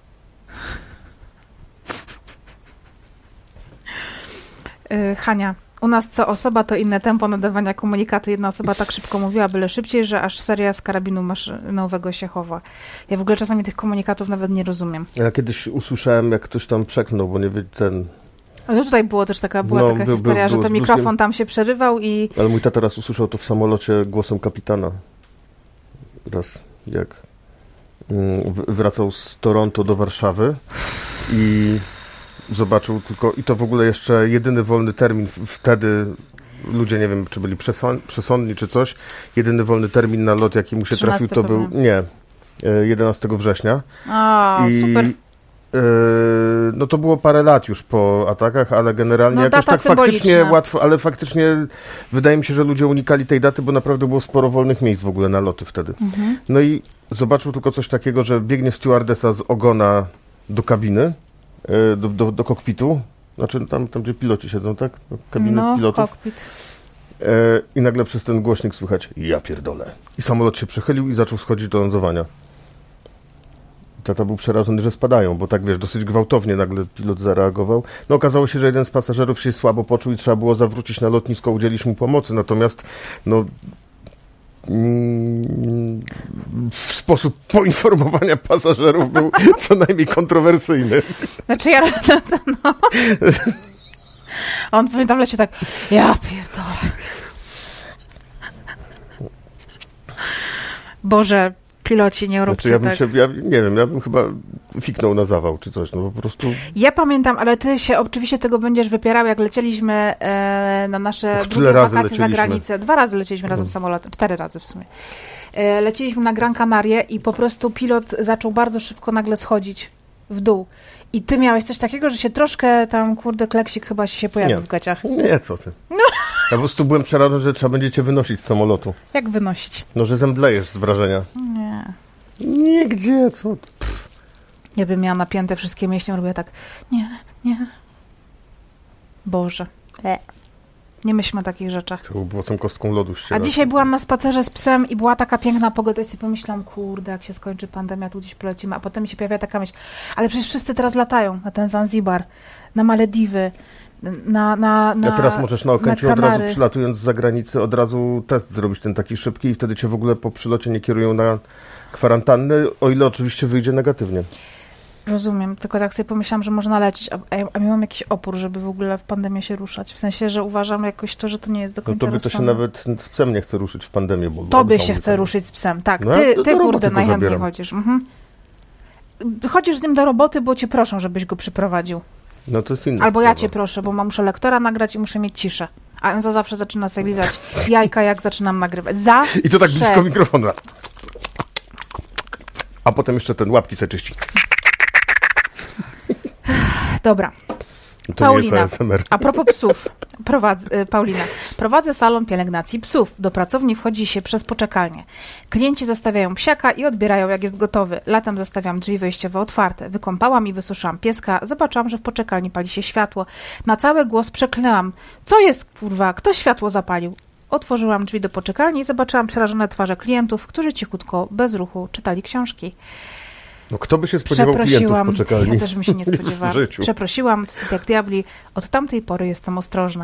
Hania. U nas co osoba to inne tempo nadawania komunikatu. Jedna osoba tak szybko mówiła, byle szybciej, że aż seria z karabinu maszynowego się chowa. Ja w ogóle czasami tych komunikatów nawet nie rozumiem. Ja kiedyś usłyszałem, jak ktoś tam przeknął, bo nie wie, Ale tutaj była też taka historia, że ten mikrofon tam się przerywał i... Ale mój tata raz usłyszał to w samolocie głosem kapitana. Raz jak wracał z Toronto do Warszawy i zobaczył tylko... I to w ogóle jeszcze jedyny wolny termin wtedy... Ludzie, nie wiem, czy byli przesądni, czy coś. Jedyny wolny termin na lot, jaki mu się trafił, to był... Nie, 11 września. Super. No to było parę lat już po atakach, ale generalnie jakoś tak faktycznie łatwo, ale faktycznie wydaje mi się, że ludzie unikali tej daty, bo naprawdę było sporo wolnych miejsc w ogóle na loty wtedy. No i zobaczył tylko coś takiego, że biegnie stewardesa z ogona do kabiny, do kokpitu, znaczy tam gdzie piloci siedzą, tak? Kabiny pilotów. Kokpit. I nagle przez ten głośnik słychać: ja pierdolę. I samolot się przechylił i zaczął schodzić do lądowania. Tata był przerażony, że spadają, bo tak, wiesz, dosyć gwałtownie nagle pilot zareagował. No okazało się, że jeden z pasażerów się słabo poczuł i trzeba było zawrócić na lotnisko, udzielić mu pomocy. Natomiast, sposób poinformowania pasażerów był co najmniej kontrowersyjny. Znaczy on pamiętam lecie tak: ja pierdolę. Boże, piloci, nie róbcie ja bym chyba fiknął na zawał, czy coś, no po prostu... Ja pamiętam, ale ty się oczywiście tego będziesz wypierał, jak lecieliśmy na nasze drugie wakacje za granicę. 2 razy lecieliśmy razem samolotem, 4 razy w sumie. Lecieliśmy na Gran Canaria i po prostu pilot zaczął bardzo szybko nagle schodzić w dół. I ty miałeś coś takiego, że się troszkę tam, kleksik chyba się pojawił w gaciach. Nie, co ty. No. Ja po prostu byłem przerażony, że trzeba będzie cię wynosić z samolotu. Jak wynosić? No, że zemdlejesz z wrażenia. Nie. Nigdzie, co? Ja bym miała napięte wszystkie mięśnie, robię tak: nie. Boże. Nie myślmy o takich rzeczach. To było tą kostką lodu ścierać. A dzisiaj byłam na spacerze z psem i była taka piękna pogoda i sobie pomyślałam: kurde, jak się skończy pandemia, tu gdzieś polecimy. A potem mi się pojawia taka myśl: ale przecież wszyscy teraz latają na ten Zanzibar, na Malediwy, A teraz możesz na Okęciu od razu, przylatując z zagranicy, od razu test zrobić, ten taki szybki, i wtedy cię w ogóle po przylocie nie kierują na kwarantannę, o ile oczywiście wyjdzie negatywnie. Rozumiem, tylko tak sobie pomyślałam, że można lecieć, a miałam jakiś opór, żeby w ogóle w pandemię się ruszać. W sensie, że uważam jakoś to, że to nie jest do końca rozsądne. To by to się nawet z psem nie chce ruszyć w pandemię. Bo tobie się chce ruszyć z psem, tak. No, ty kurde, najchętniej chodzisz. Chodzisz z nim do roboty, bo cię proszą, żebyś go przyprowadził. No to jest inna Albo sprawa. Ja cię proszę, bo muszę lektora nagrać i muszę mieć ciszę. A Enzo zawsze zaczyna sobie lizać jajka, jak zaczynam nagrywać. I to tak blisko mikrofonu. A potem jeszcze ten łapki se czyści. Dobra. To Paulina, a propos psów, Paulina, prowadzę salon pielęgnacji psów. Do pracowni wchodzi się przez poczekalnię. Klienci zostawiają psiaka i odbierają, jak jest gotowy. Latem zostawiam drzwi wejściowe otwarte. Wykąpałam i wysuszyłam pieska. Zobaczyłam, że w poczekalni pali się światło. Na cały głos przeklęłam: co jest, kurwa, kto światło zapalił? Otworzyłam drzwi do poczekalni i zobaczyłam przerażone twarze klientów, którzy cichutko, bez ruchu czytali książki. No kto by się spodziewał klientów w poczekalni? Ja też bym się nie spodziewała. Przeprosiłam, wstyd jak diabli. Od tamtej pory jestem ostrożna.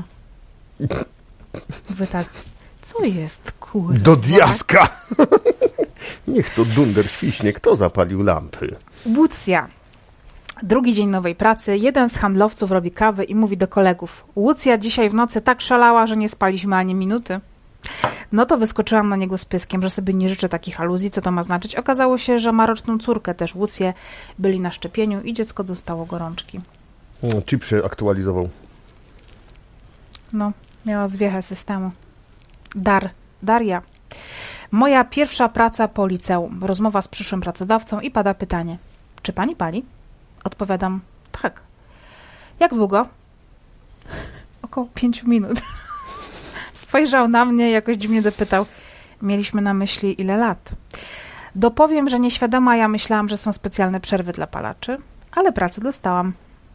Wy tak: co jest, kurwa? Do diaska! Niech to dunder świśnie, kto zapalił lampy? Łucja. Drugi dzień nowej pracy. Jeden z handlowców robi kawę i mówi do kolegów: Łucja dzisiaj w nocy tak szalała, że nie spaliśmy ani minuty. No to wyskoczyłam na niego z pyskiem, że sobie nie życzę takich aluzji. Co to ma znaczyć? Okazało się, że ma roczną córkę, też Łucję. Byli na szczepieniu i dziecko dostało gorączki. Chip się aktualizował. No, miała zwiechę systemu. Daria. Moja pierwsza praca po liceum. Rozmowa z przyszłym pracodawcą i pada pytanie: czy pani pali? Odpowiadam: tak. Jak długo? Około 5 minut. Spojrzał na mnie, jakoś dziwnie dopytał: mieliśmy na myśli ile lat? Dopowiem, że nieświadoma ja myślałam, że są specjalne przerwy dla palaczy, ale pracę dostałam.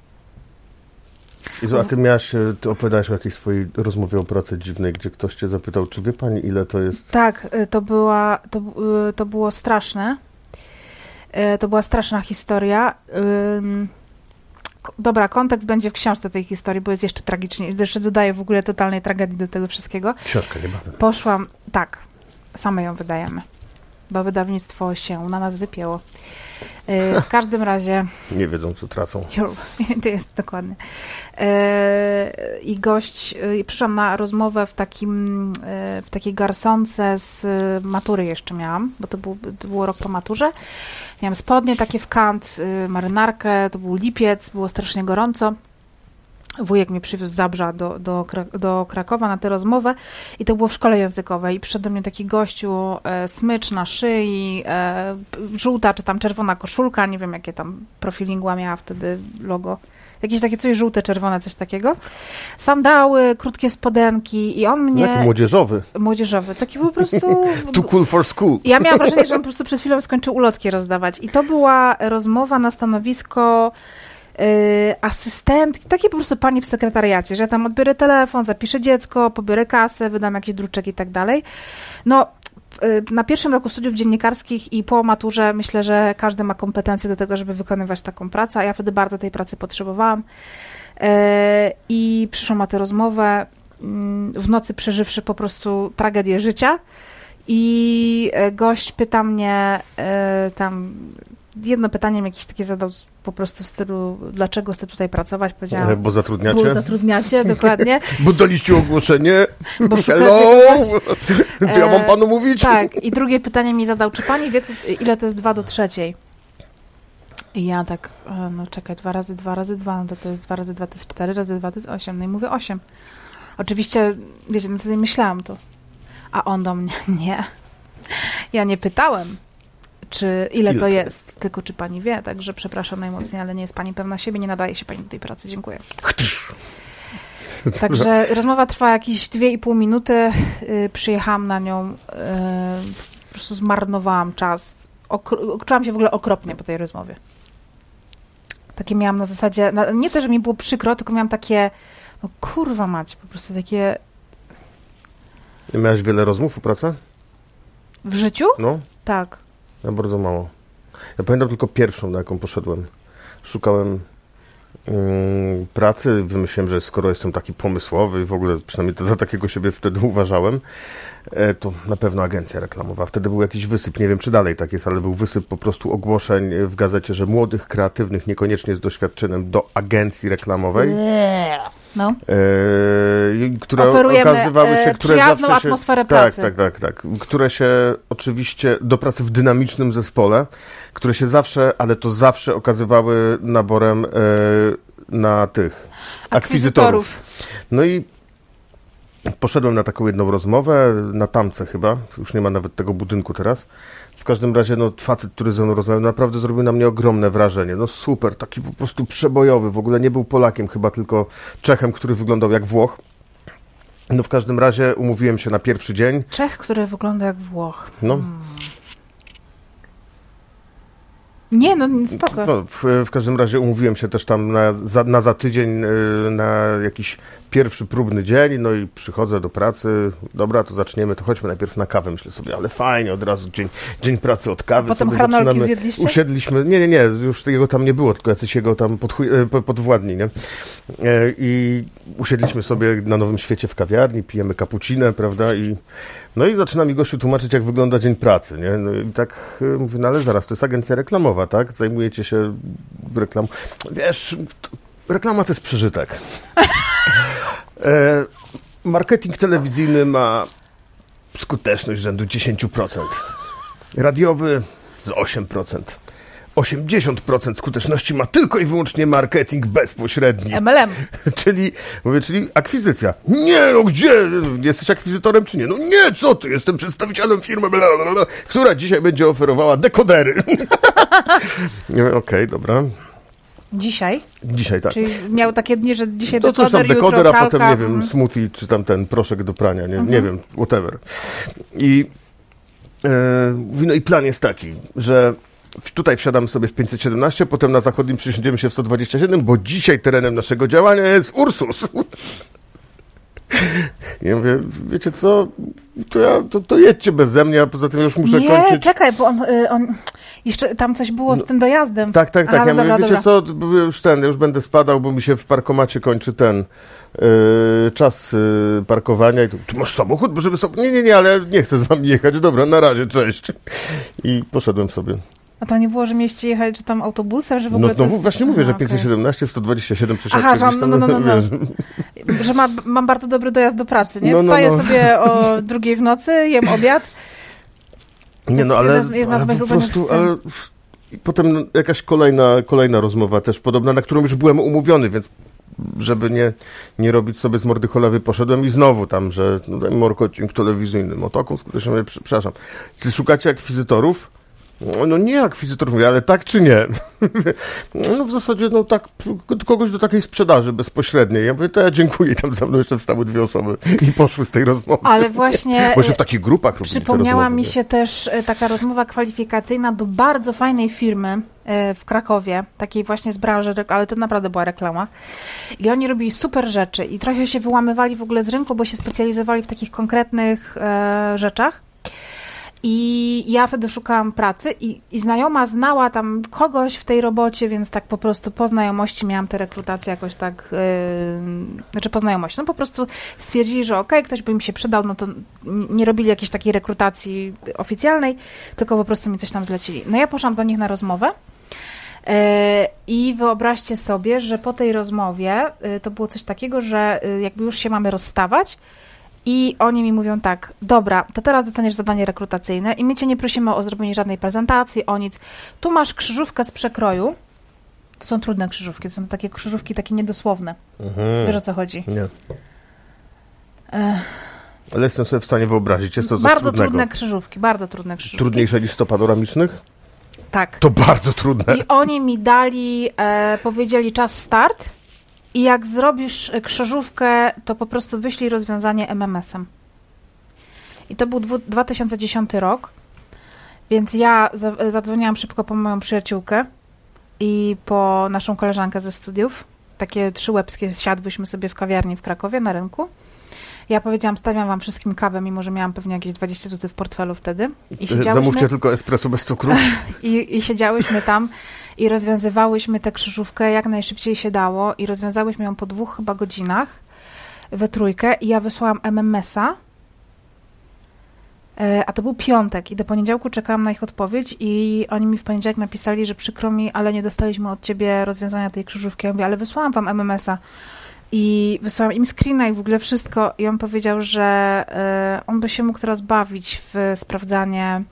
Jezu, a ty opowiadałeś o jakiejś swojej rozmowie o pracy dziwnej, gdzie ktoś cię zapytał: czy wie pani, ile to jest? Tak, to było straszne. To była straszna historia. Dobra, kontekst będzie w książce tej historii, bo jest jeszcze tragicznie. Jeszcze dodaję w ogóle totalnej tragedii do tego wszystkiego. Książka niebawem. Poszłam, tak, same ją wydajemy, bo wydawnictwo się na nas wypięło. W każdym razie... Nie wiedzą, co tracą. To jest dokładnie. I gość, przyszłam na rozmowę w takiej garsonce z matury jeszcze miałam, bo to było rok po maturze. Miałam spodnie takie w kant, marynarkę, to był lipiec, było strasznie gorąco. Wujek mnie przywiózł z Zabrza do Krakowa na tę rozmowę i to było w szkole językowej. I przyszedł do mnie taki gościu, smycz na szyi, żółta czy tam czerwona koszulka, nie wiem jakie tam profilingła miała wtedy logo. Jakieś takie coś żółte, czerwone, coś takiego. Sandały, krótkie spodenki i on mnie... Jak młodzieżowy. Młodzieżowy, taki po prostu... Too cool for school. Ja miałam wrażenie, że on po prostu przed chwilą skończył ulotki rozdawać. I to była rozmowa na stanowisko asystent, takie po prostu pani w sekretariacie, że ja tam odbiorę telefon, zapiszę dziecko, pobiorę kasę, wydam jakiś druczek i tak dalej. No, na pierwszym roku studiów dziennikarskich i po maturze myślę, że każdy ma kompetencje do tego, żeby wykonywać taką pracę, a ja wtedy bardzo tej pracy potrzebowałam. I przyszłam na tę rozmowę, w nocy przeżywszy po prostu tragedię życia i gość pyta mnie tam, jedno pytanie jakiś takie zadał po prostu w stylu, dlaczego chcę tutaj pracować? Powiedziałam, bo zatrudniacie? Bo zatrudniacie, dokładnie. Bo daliście ogłoszenie? Bo hello! To ja mam panu mówić? Tak. I drugie pytanie mi zadał, czy pani wie, ile to jest 2 do 3? I ja tak, no czekaj, 2 razy 2 razy 2, no to jest 2 razy 2 to jest 4, razy 2 to jest 8. No i mówię 8. Oczywiście, wiecie, no sobie myślałam to. A on do mnie, nie. Ja nie pytałem, ile to jest, tylko czy pani wie, także przepraszam najmocniej, ale nie jest pani pewna siebie, nie nadaje się pani do tej pracy, dziękuję. Także rozmowa trwa jakieś 2,5 minuty, przyjechałam na nią, po prostu zmarnowałam czas, czułam się w ogóle okropnie po tej rozmowie. Takie miałam na zasadzie, nie to, że mi było przykro, tylko miałam takie, no kurwa mać, po prostu takie... Miałaś wiele rozmów o pracę? W życiu? No. Tak. Ja bardzo mało. Ja pamiętam tylko pierwszą, na jaką poszedłem. Szukałem pracy, wymyśliłem, że skoro jestem taki pomysłowy, w ogóle przynajmniej za takiego siebie wtedy uważałem, to na pewno agencja reklamowa. Wtedy był jakiś wysyp, nie wiem czy dalej tak jest, ale był wysyp po prostu ogłoszeń w gazecie, że młodych, kreatywnych, niekoniecznie z doświadczeniem do agencji reklamowej. No. Które oferujemy okazywały się, które przyjazną zawsze atmosferę pracy. Tak. Które się oczywiście do pracy w dynamicznym zespole, które się zawsze, ale to zawsze okazywały naborem na tych akwizytorów. No i poszedłem na taką jedną rozmowę, na Tamce chyba, już nie ma nawet tego budynku teraz. W każdym razie, no, facet, który ze mną rozmawiał, naprawdę zrobił na mnie ogromne wrażenie. No super, taki po prostu przebojowy, w ogóle nie był Polakiem, chyba tylko Czechem, który wyglądał jak Włoch. No w każdym razie umówiłem się na pierwszy dzień. Czech, który wygląda jak Włoch. No. Nie, no spoko. No, w każdym razie umówiłem się też tam za tydzień na jakiś pierwszy próbny dzień, no i przychodzę do pracy, dobra, to zaczniemy, to chodźmy najpierw na kawę, myślę sobie, ale fajnie, od razu dzień pracy od kawy. Potem sobie hranolki zjedliście? Usiedliśmy, nie, już jego tam nie było, tylko jacyś jego tam podwładni, nie? I usiedliśmy sobie na Nowym Świecie w kawiarni, pijemy cappuccinę, prawda, no i zaczyna mi gościu tłumaczyć, jak wygląda dzień pracy, nie? No i tak mówię, no ale zaraz, to jest agencja reklamowa, tak? Zajmujecie się reklamą. Wiesz, reklama to jest przeżytek. Marketing telewizyjny ma skuteczność rzędu 10%. Radiowy z 8%. 80% skuteczności ma tylko i wyłącznie marketing bezpośredni. MLM. Czyli akwizycja. Nie, no gdzie? Jesteś akwizytorem czy nie? No nie, co ty? Jestem przedstawicielem firmy, blablabla, która dzisiaj będzie oferowała dekodery. Okej, dobra. Dzisiaj? Dzisiaj, tak. Czyli miał takie dni, że dzisiaj to dekoder, coś tam dekoder, jutro a pralka. potem, nie wiem, smoothie, czy tam ten proszek do prania, nie wiem, whatever. I mówi, no i plan jest taki, że tutaj wsiadamy sobie w 517, potem na zachodnim przesiądziemy się w 127, bo dzisiaj terenem naszego działania jest Ursus. Ja mówię, wiecie co, to jedźcie beze mnie, a poza tym już muszę kończyć. Nie, czekaj, bo on jeszcze tam coś było z tym dojazdem. Tak. Ja mówię, wiecie co, ja już będę spadał, bo mi się w parkomacie kończy ten czas parkowania. I tu masz samochód? Bo żeby nie, ale nie chcę z wami jechać. Dobra, na razie, cześć. I poszedłem sobie. A to nie było, że mieliście jechać czy tam autobusem, że w ogóle... No właśnie mówię, że 517, 127 przesiadki. Aha, że mam bardzo dobry dojazd do pracy, nie? Wstaję sobie o 2:00 w nocy, jem obiad. Nie, no ale po prostu... I potem jakaś kolejna rozmowa też podobna, na którą już byłem umówiony, więc żeby nie robić sobie z mordy cholawy, poszedłem i znowu tam, że marketing telewizyjny, taką skutecznie, przepraszam. Czy szukacie akwizytorów? No nie akwizytorów, mówię, ale tak czy nie? No w zasadzie, tak, kogoś do takiej sprzedaży bezpośredniej. Ja mówię, to ja dziękuję. I tam za mną jeszcze wstały 2 osoby i poszły z tej rozmowy. Ale właśnie... Bo jeszcze w takich grupach robili przypomniała mi się też taka rozmowa kwalifikacyjna do bardzo fajnej firmy w Krakowie, takiej właśnie z branży, ale to naprawdę była reklama. I oni robili super rzeczy i trochę się wyłamywali w ogóle z rynku, bo się specjalizowali w takich konkretnych rzeczach. I ja wtedy szukałam pracy i znajoma znała tam kogoś w tej robocie, więc tak po prostu po znajomości miałam tę rekrutację jakoś tak, po znajomości. No po prostu stwierdzili, że okej, ktoś by im się przydał, no to nie robili jakiejś takiej rekrutacji oficjalnej, tylko po prostu mi coś tam zlecili. No ja poszłam do nich na rozmowę i wyobraźcie sobie, że po tej rozmowie to było coś takiego, że jakby już się mamy rozstawać, i oni mi mówią tak, dobra, to teraz dostaniesz zadanie rekrutacyjne i my cię nie prosimy o zrobienie żadnej prezentacji, o nic. Tu masz krzyżówkę z przekroju. To są trudne krzyżówki, to są takie krzyżówki takie niedosłowne. Wiesz, o co chodzi? Nie. Ale jestem sobie w stanie wyobrazić, jest to coś bardzo trudnego. Bardzo trudne krzyżówki. Trudniejsze niż 100 panoramicznych? Tak. To bardzo trudne. I oni mi dali, powiedzieli czas start. I jak zrobisz krzyżówkę, to po prostu wyślij rozwiązanie MMS-em. I to był 2010 rok, więc ja zadzwoniłam szybko po moją przyjaciółkę i po naszą koleżankę ze studiów. Takie 3 łebskie siadłyśmy sobie w kawiarni w Krakowie na rynku. Ja powiedziałam, stawiam wam wszystkim kawę, mimo że miałam pewnie jakieś 20 zł w portfelu wtedy. I zamówcie tylko espresso bez cukru. I siedziałyśmy tam i rozwiązywałyśmy tę krzyżówkę jak najszybciej się dało i rozwiązałyśmy ją po 2 chyba godzinach we trójkę i ja wysłałam MMS-a, a to był piątek i do poniedziałku czekałam na ich odpowiedź i oni mi w poniedziałek napisali, że przykro mi, ale nie dostaliśmy od ciebie rozwiązania tej krzyżówki. Ja mówię, ale wysłałam wam MMS-a. I wysłałam im screena i w ogóle wszystko. I on powiedział, że on by się mógł teraz bawić w sprawdzanie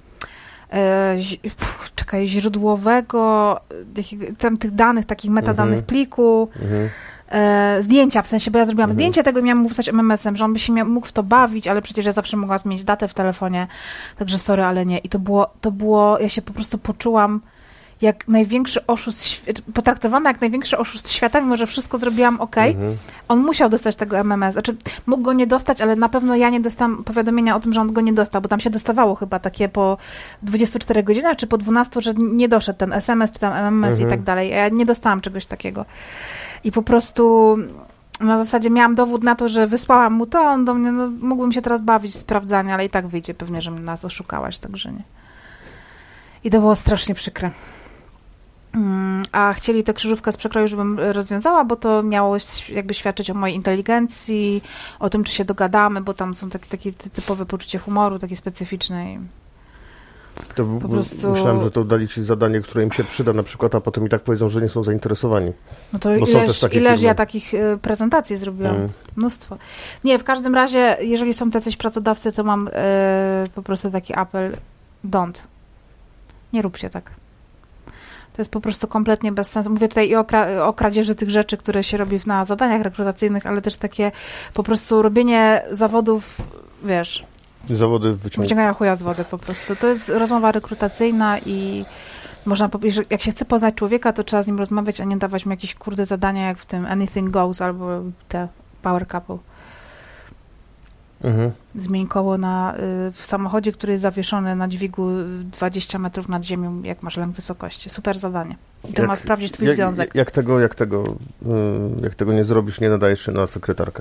źródłowego, tych danych, takich metadanych pliku, zdjęcia, w sensie, bo ja zrobiłam zdjęcie tego i miałam mu wysłać MMS-em, że on by się mógł w to bawić, ale przecież ja zawsze mogłam zmienić datę w telefonie, także sorry, ale nie. I to było, ja się po prostu poczułam jak największy oszust, potraktowana jak największy oszust świata, mimo że wszystko zrobiłam On musiał dostać tego MMS. Znaczy, mógł go nie dostać, ale na pewno ja nie dostałam powiadomienia o tym, że on go nie dostał, bo tam się dostawało chyba takie po 24 godzinach, czy po 12, że nie doszedł ten SMS, czy tam MMS i tak dalej. Ja nie dostałam czegoś takiego. I po prostu na zasadzie miałam dowód na to, że wysłałam mu to, on do mnie, no mógłbym się teraz bawić w sprawdzanie, ale i tak wyjdzie pewnie, że nas oszukałaś, także nie. I to było strasznie przykre. A chcieli tę krzyżówkę z przekroju, żebym rozwiązała, bo to miało jakby świadczyć o mojej inteligencji, o tym, czy się dogadamy, bo tam są takie typowe poczucie humoru, takie specyficzne. To po prostu... Myślałem, że to dali ci zadanie, które im się przyda na przykład, a potem i tak powiedzą, że nie są zainteresowani. No to ileż ja takich prezentacji zrobiłam. Mnóstwo. Nie, w każdym razie, jeżeli są tacyś pracodawcy, to mam po prostu taki apel, don't. Nie róbcie tak. To jest po prostu kompletnie bez sensu. Mówię tutaj i o kradzieży tych rzeczy, które się robi na zadaniach rekrutacyjnych, ale też takie po prostu robienie zawodów, wiesz... Zawody wyciągają chuja z wody po prostu. To jest rozmowa rekrutacyjna i można, jak się chce poznać człowieka, to trzeba z nim rozmawiać, a nie dawać mu jakieś kurde zadania, jak w tym Anything Goes albo te Power Couple. Zmień koło w samochodzie, który jest zawieszony na dźwigu 20 metrów nad ziemią, jak masz lęk wysokości. Super zadanie. I to ma sprawdzić twój związek. Jak tego nie zrobisz, nie nadajesz się na sekretarkę.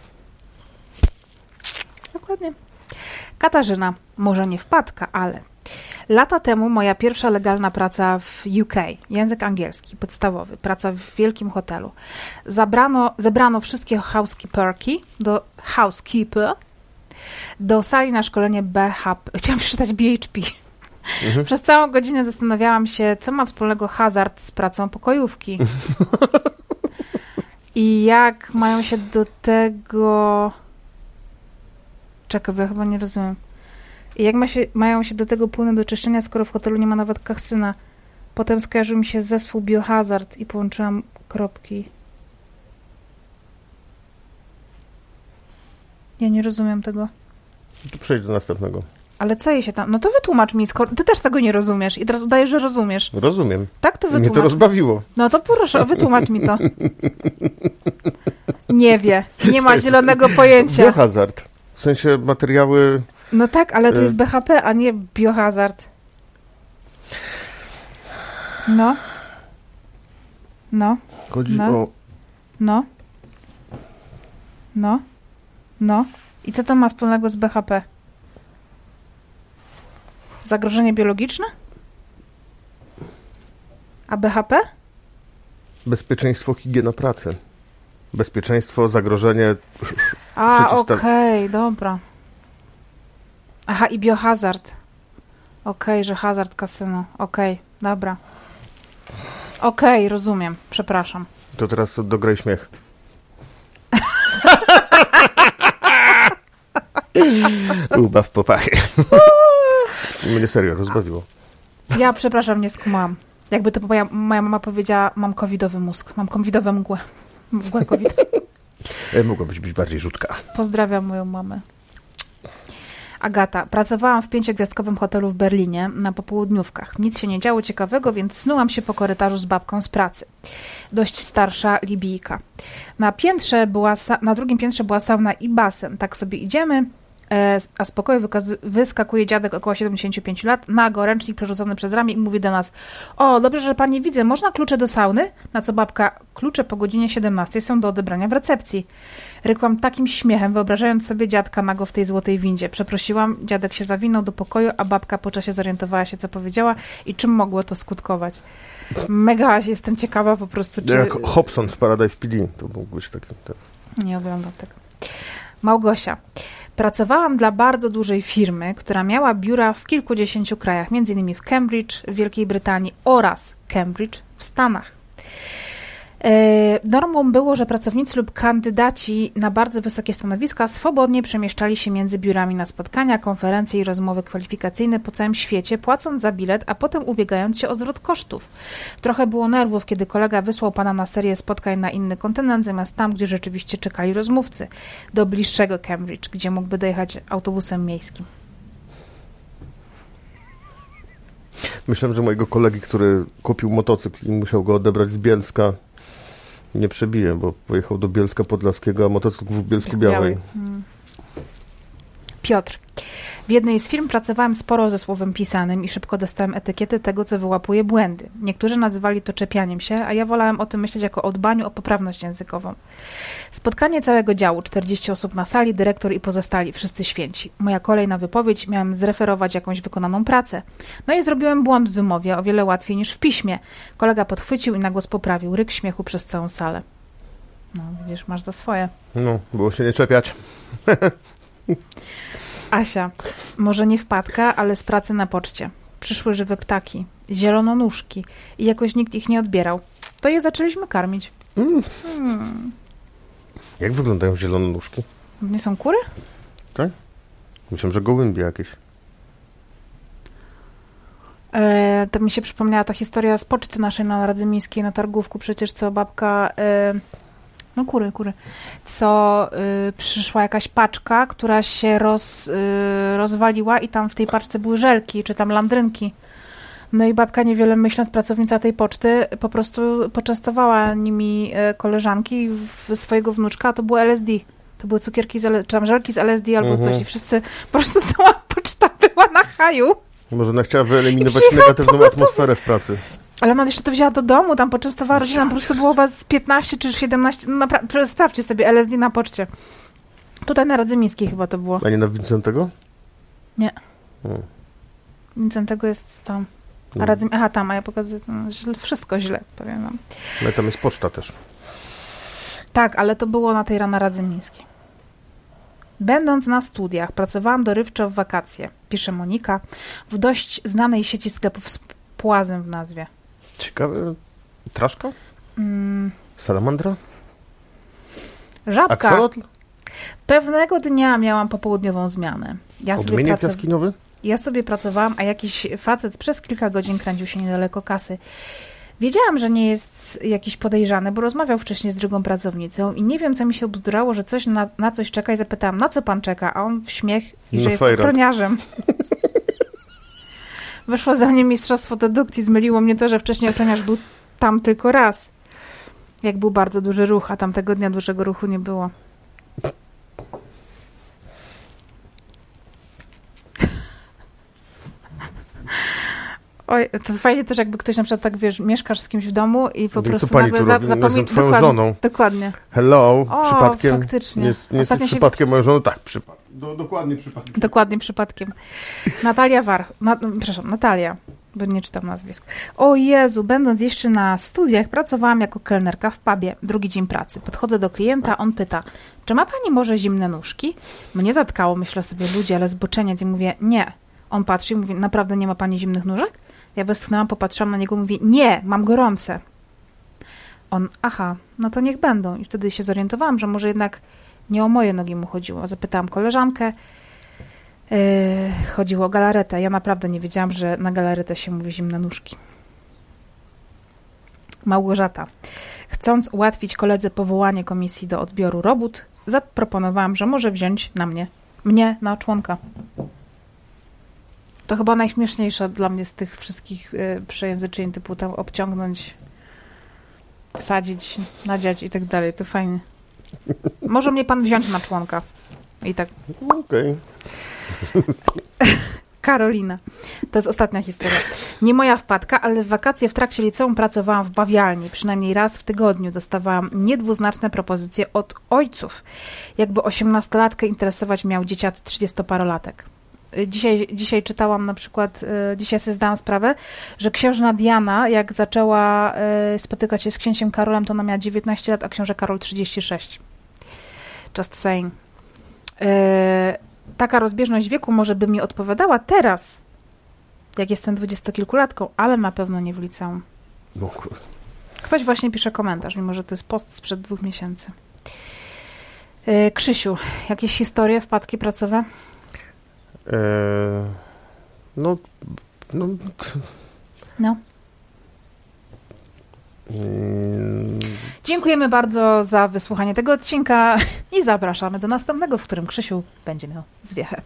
Dokładnie. Katarzyna, może nie wpadka, ale lata temu moja pierwsza legalna praca w UK, język angielski, podstawowy, praca w wielkim hotelu. Zebrano wszystkie housekeeper do sali na szkolenie chciałam przeczytać BHP. Przez całą godzinę zastanawiałam się, co ma wspólnego hazard z pracą pokojówki. I jak mają się do tego... Czekaj, bo ja chyba nie rozumiem. I jak mają się do tego płyny do czyszczenia, skoro w hotelu nie ma nawet kasyna? Potem skojarzył mi się zespół Biohazard i połączyłam kropki. Ja nie rozumiem tego. To przejdź do następnego. Ale co jej się tam... No to wytłumacz mi, skoro... Ty też tego nie rozumiesz i teraz udajesz, że rozumiesz. Rozumiem. Tak, to wytłumacz. Mnie to rozbawiło. No to proszę, wytłumacz mi to. Nie wie. Nie ma zielonego pojęcia. Biohazard. W sensie materiały... No tak, ale to jest BHP, a nie biohazard. No. No. Chodzi no. o... No. No. No. I co to ma wspólnego z BHP? Zagrożenie biologiczne? A BHP? Bezpieczeństwo, higiena pracy. Bezpieczeństwo, zagrożenie... A, okej, dobra. Aha, i biohazard. Okej, że hazard kasyno. Okej, dobra. Okej, rozumiem. Przepraszam. To teraz dograj śmiech. Ubaw popachy. Mnie serio rozbawiło. Ja, przepraszam, nie skumałam. Jakby to moja mama powiedziała, mam covidowy mózg. Mam covidowe mgłę. Mgłę COVID. Mogłabyś być bardziej rzutka. Pozdrawiam moją mamę. Agata. Pracowałam w 5-gwiazdkowym hotelu w Berlinie na popołudniówkach. Nic się nie działo ciekawego, więc snułam się po korytarzu z babką z pracy. Dość starsza Libijka. Na drugim piętrze była sauna i basen. Tak sobie idziemy, a z pokoju wyskakuje dziadek około 75 lat, nago, ręcznik przerzucony przez ramię i mówi do nas: o, dobrze, że pani widzę, można klucze do sauny? Na co babka: klucze po godzinie 17 są do odebrania w recepcji. Rykłam takim śmiechem, wyobrażając sobie dziadka nago w tej złotej windzie. Przeprosiłam, dziadek się zawinął do pokoju, a babka po czasie zorientowała się, co powiedziała i czym mogło to skutkować. Mega jestem ciekawa po prostu, czy... Jak Hobson z Paradise PD, to mógł być taki... Nie oglądam tego. Małgosia. Pracowałam dla bardzo dużej firmy, która miała biura w kilkudziesięciu krajach, m.in. w Cambridge, w Wielkiej Brytanii oraz Cambridge w Stanach. Normą było, że pracownicy lub kandydaci na bardzo wysokie stanowiska swobodnie przemieszczali się między biurami na spotkania, konferencje i rozmowy kwalifikacyjne po całym świecie, płacąc za bilet, a potem ubiegając się o zwrot kosztów. Trochę było nerwów, kiedy kolega wysłał pana na serię spotkań na inny kontynent, zamiast tam, gdzie rzeczywiście czekali rozmówcy, do bliższego Cambridge, gdzie mógłby dojechać autobusem miejskim. Myślałem, że mojego kolegi, który kupił motocykl i musiał go odebrać z Bielska, nie przebiję, bo pojechał do Bielska Podlaskiego, a motocykl w Bielsku-Białej. Piotr. W jednej z firm pracowałem sporo ze słowem pisanym i szybko dostałem etykiety tego, co wyłapuje błędy. Niektórzy nazywali to czepianiem się, a ja wolałem o tym myśleć jako o dbaniu o poprawność językową. Spotkanie całego działu, 40 osób na sali, dyrektor i pozostali, wszyscy święci. Moja kolej na wypowiedź, miałem zreferować jakąś wykonaną pracę. No i zrobiłem błąd w wymowie, o wiele łatwiej niż w piśmie. Kolega podchwycił i na głos poprawił. Ryk śmiechu przez całą salę. No, widzisz, masz za swoje. No, było się nie czepiać. Asia, może nie wpadka, ale z pracy na poczcie. Przyszły żywe ptaki, zielononóżki i jakoś nikt ich nie odbierał. To je zaczęliśmy karmić. Jak wyglądają zielononóżki? Nie są kury? Tak? Myślałem, że gołębie jakieś. To mi się przypomniała ta historia z poczty naszej na Radzymińskiej, na targówku. Przecież co babka... No kury. Co przyszła jakaś paczka, która się rozwaliła i tam w tej paczce były żelki, czy tam landrynki. No i babka, niewiele myśląc, pracownica tej poczty, po prostu poczęstowała nimi koleżanki swojego wnuczka, a to było LSD. To były cukierki, czy tam żelki z LSD albo coś i wszyscy, po prostu cała poczta była na haju. Może ona chciała wyeliminować negatywną atmosferę w pracy. Ale ona jeszcze to wzięła do domu, tam poczęstowała rodzina, po prostu było was 15 czy 17, no sprawdźcie sobie LSD na poczcie. Tutaj na Radzymińskiej chyba to było. A nie na Wincentego? Nie. Wincentego jest tam. A tam, a ja pokazuję, wszystko źle, powiem wam. No i tam jest poczta też. Tak, ale to było na tej na Radzymińskiej. Będąc na studiach, pracowałam dorywczo w wakacje, pisze Monika, w dość znanej sieci sklepów z płazem w nazwie. Ciekawe. Traszka? Salamandra? Żabka. Axolotl? Pewnego dnia miałam popołudniową zmianę. Odmieniec jaskinowy? Ja sobie pracowałam, a jakiś facet przez kilka godzin kręcił się niedaleko kasy. Wiedziałam, że nie jest jakiś podejrzany, bo rozmawiał wcześniej z drugą pracownicą i nie wiem, co mi się obzdurało, że coś na coś czeka i zapytałam, na co pan czeka? A on w śmiech i że jest ochroniarzem. Wyszło za mnie mistrzostwo dedukcji. Zmyliło mnie to, że wcześniej ochroniarz był tam tylko raz. Jak był bardzo duży ruch, a tamtego dnia dużego ruchu nie było. Oj, to fajnie też, jakby ktoś na przykład tak, wiesz, mieszkasz z kimś w domu i po prostu nagle zapomina twoją żoną. Dokładnie. Hello, przypadkiem. Faktycznie. Nie jest przypadkiem moją żoną? Tak, dokładnie przypadkiem. Dokładnie przypadkiem. Natalia, bo nie czytam nazwisk. O Jezu, będąc jeszcze na studiach, pracowałam jako kelnerka w pubie. Drugi dzień pracy. Podchodzę do klienta, on pyta, czy ma pani może zimne nóżki? Mnie zatkało, myślę sobie, ludzie, ale zboczeniec. I mówię, nie. On patrzy i mówi, naprawdę nie ma pani zimnych nóżek? Ja westchnęłam, popatrzyłam na niego i mówię, nie, mam gorące. On, aha, no to niech będą. I wtedy się zorientowałam, że może jednak nie o moje nogi mu chodziło. Zapytałam koleżankę, chodziło o galaretę. Ja naprawdę nie wiedziałam, że na galaretę się mówi zimne nóżki. Małgorzata. Chcąc ułatwić koledze powołanie komisji do odbioru robót, zaproponowałam, że może wziąć mnie na członka. To chyba najśmieszniejsza dla mnie z tych wszystkich przejęzyczeń, typu tam obciągnąć, wsadzić, nadziać i tak dalej. To fajnie. Może mnie pan wziąć na członka. I tak. Okej. Karolina. To jest ostatnia historia. Nie moja wpadka, ale w wakacje w trakcie liceum pracowałam w bawialni. Przynajmniej raz w tygodniu dostawałam niedwuznaczne propozycje od ojców. Jakby 18-latkę interesować miał dzieciaty 30-parolatek. Dzisiaj czytałam na przykład, dzisiaj sobie zdałam sprawę, że księżna Diana, jak zaczęła spotykać się z księciem Karolem, to ona miała 19 lat, a książę Karol 36. Just saying. Taka rozbieżność wieku może by mi odpowiadała teraz, jak jestem 20-kilkulatką, ale na pewno nie w liceum. No kurde. Ktoś właśnie pisze komentarz, mimo że to jest post sprzed 2 miesięcy. Krzysiu, jakieś historie, wpadki pracowe? No. Dziękujemy bardzo za wysłuchanie tego odcinka i zapraszamy do następnego, w którym Krzysiu będzie miał zwiechę.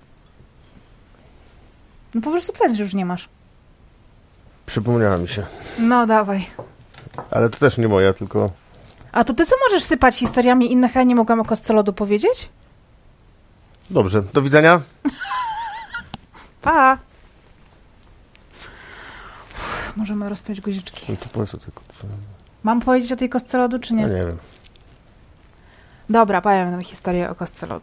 No po prostu powiedz, że już nie masz. Przypomniała mi się. No dawaj. Ale to też nie moja, tylko... A to ty co możesz sypać historiami innych, a ja nie mogłam o Koscelodu powiedzieć? Dobrze, do widzenia. Pa! Możemy rozpiąć guziczki. No to powiedz o tej Mam powiedzieć o tej Koscelodu, czy nie? No nie wiem. Dobra, powiem nam historię o Koscelodu.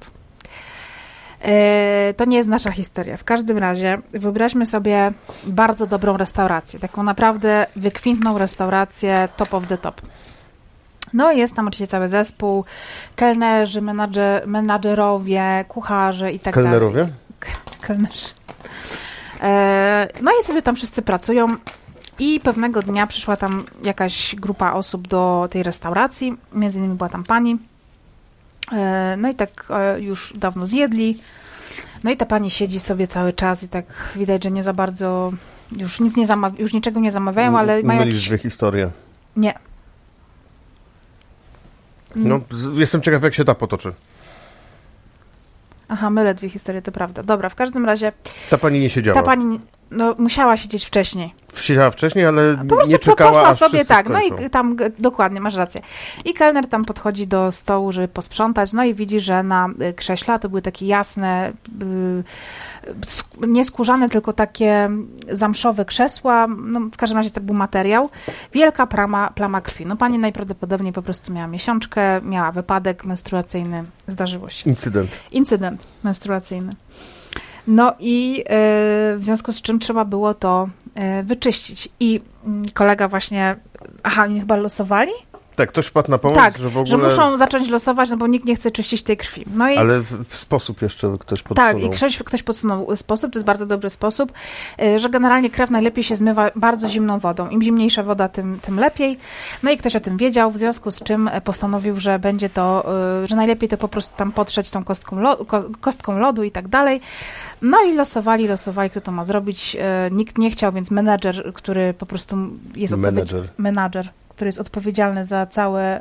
To nie jest nasza historia. W każdym razie wyobraźmy sobie bardzo dobrą restaurację. Taką naprawdę wykwintną restaurację top of the top. No jest tam oczywiście cały zespół, kelnerzy, menadżerowie, kucharze i tak dalej. Kelnerowie? Kelnerzy. No i sobie tam wszyscy pracują i pewnego dnia przyszła tam jakaś grupa osób do tej restauracji, między innymi była tam pani. No i tak już dawno zjedli. No i ta pani siedzi sobie cały czas i tak widać, że nie za bardzo, już niczego nie zamawiają, ale mają Mylisz dwie historie. Nie. No, jestem ciekaw, jak się ta potoczy. Aha, mylę dwie historie, to prawda. Dobra, w każdym razie... Ta pani nie siedziała. Ta pani musiała siedzieć wcześniej. Siedziała wcześniej, ale po prostu nie czekała, poszła aż sobie, tak, skończą. no i tam, dokładnie, masz rację. I kelner tam podchodzi do stołu, żeby posprzątać, no i widzi, że na krześle, to były takie jasne, nie skórzane, tylko takie zamszowe krzesła, no w każdym razie to był materiał, wielka plama krwi. No pani najprawdopodobniej po prostu miała miesiączkę, miała wypadek menstruacyjny, zdarzyło się. Incydent menstruacyjny. No i w związku z czym trzeba było to wyczyścić. I kolega właśnie, oni chyba losowali? Tak, ktoś wpadł na pomysł, tak, że w ogóle... że muszą zacząć losować, no bo nikt nie chce czyścić tej krwi. No i... Ale w sposób jeszcze ktoś podsunął. Tak, i ktoś podsunął sposób, to jest bardzo dobry sposób, że generalnie krew najlepiej się zmywa bardzo zimną wodą. Im zimniejsza woda, tym lepiej. No i ktoś o tym wiedział, w związku z czym postanowił, że będzie to, że najlepiej to po prostu tam potrzeć tą kostką lodu i tak dalej. No i losowali, kto to ma zrobić. Nikt nie chciał, więc menadżer, który po prostu jest menadżer, który jest odpowiedzialny za całe...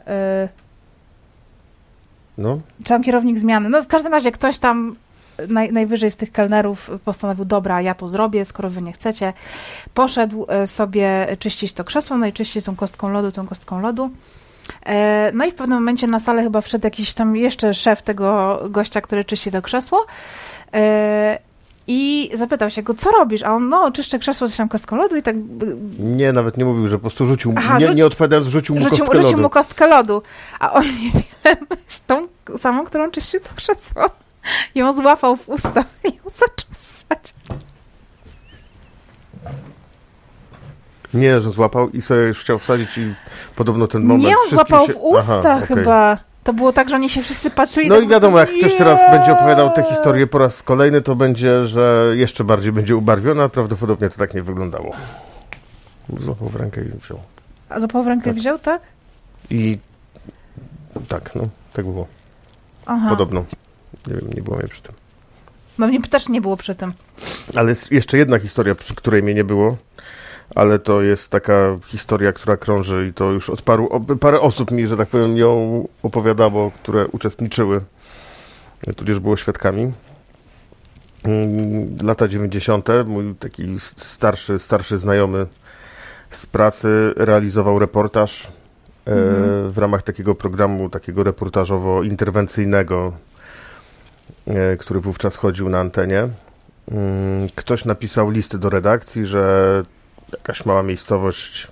Sam kierownik zmiany. No w każdym razie ktoś tam najwyżej z tych kelnerów postanowił, dobra, ja to zrobię, skoro wy nie chcecie. Poszedł sobie czyścić to krzesło, no i czyścić tą kostką lodu. No i w pewnym momencie na salę chyba wszedł jakiś tam jeszcze szef tego gościa, który czyści to krzesło. I zapytał się go, co robisz? A on, czyszczę krzesło z kostką lodu i tak... Nie, nawet nie mówił, że po prostu rzucił, nie odpowiadając, rzucił mu kostkę lodu. A on niewiele myśl, tą samą, którą czyścił to krzesło. Ją złapał w usta i ją zaczął ssać. Nie, że złapał i sobie już chciał wsadzić i podobno ten moment... Nie, on złapał w usta chyba. To było tak, że oni się wszyscy patrzyli... No i wiadomo, jak ktoś teraz będzie opowiadał tę historię po raz kolejny, to będzie, że jeszcze bardziej będzie ubarwiona. Prawdopodobnie to tak nie wyglądało. Złapał w rękę i wziął. A złapał w rękę i wziął, tak? I tak, tak było. Aha. Podobno. Nie wiem, nie było mnie przy tym. No mnie też nie było przy tym. Ale jest jeszcze jedna historia, przy której mnie nie było. Ale to jest taka historia, która krąży i to już od parę osób mi, że tak powiem, ją opowiadało, które uczestniczyły, tudzież było świadkami. Lata 90. Mój taki starszy znajomy z pracy realizował reportaż w ramach takiego programu, takiego reportażowo-interwencyjnego, który wówczas chodził na antenie. Ktoś napisał listy do redakcji, że jakaś mała miejscowość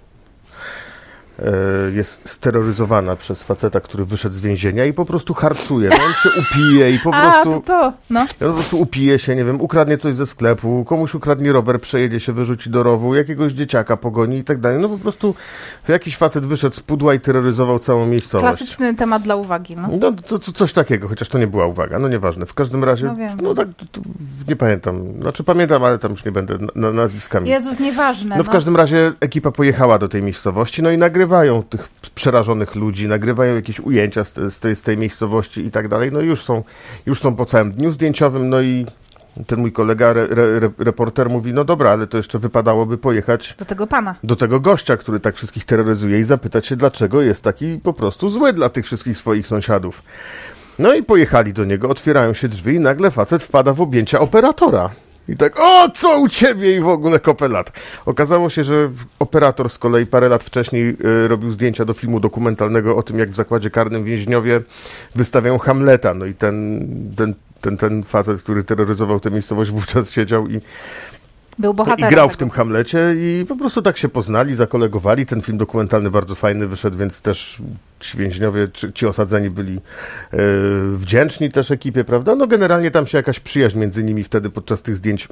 jest steroryzowana przez faceta, który wyszedł z więzienia i po prostu harcuje. No, on się upije i po prostu... On po prostu upije się, nie wiem, ukradnie coś ze sklepu, komuś ukradnie rower, przejedzie się, wyrzuci do rowu, jakiegoś dzieciaka pogoni i tak dalej. No po prostu jakiś facet wyszedł z pudła i terroryzował całą miejscowość. Klasyczny temat dla uwagi, no. No coś takiego, chociaż to nie była uwaga, no nieważne. W każdym razie, tak, nie pamiętam. Znaczy pamiętam, ale tam już nie będę nazwiskami. Jezus, nieważne. W każdym razie ekipa pojechała do tej miejscowości, no i nagrywają tych przerażonych ludzi, nagrywają jakieś ujęcia z tej miejscowości i tak dalej. No i już są po całym dniu zdjęciowym, no i ten mój kolega, reporter mówi, no dobra, ale to jeszcze wypadałoby pojechać do tego pana, do tego gościa, który tak wszystkich terroryzuje i zapytać się, dlaczego jest taki po prostu zły dla tych wszystkich swoich sąsiadów. No i pojechali do niego, otwierają się drzwi i nagle facet wpada w objęcia operatora. I tak, co u ciebie i w ogóle kopelat. Okazało się, że operator z kolei parę lat wcześniej robił zdjęcia do filmu dokumentalnego o tym, jak w zakładzie karnym więźniowie wystawiają Hamleta. No i ten facet, który terroryzował tę miejscowość, wówczas siedział i był bohaterem. I grał w tym Hamlecie i po prostu tak się poznali, zakolegowali. Ten film dokumentalny bardzo fajny wyszedł, więc też ci więźniowie, ci osadzeni byli wdzięczni też ekipie, prawda? No generalnie tam się jakaś przyjaźń między nimi wtedy podczas tych zdjęć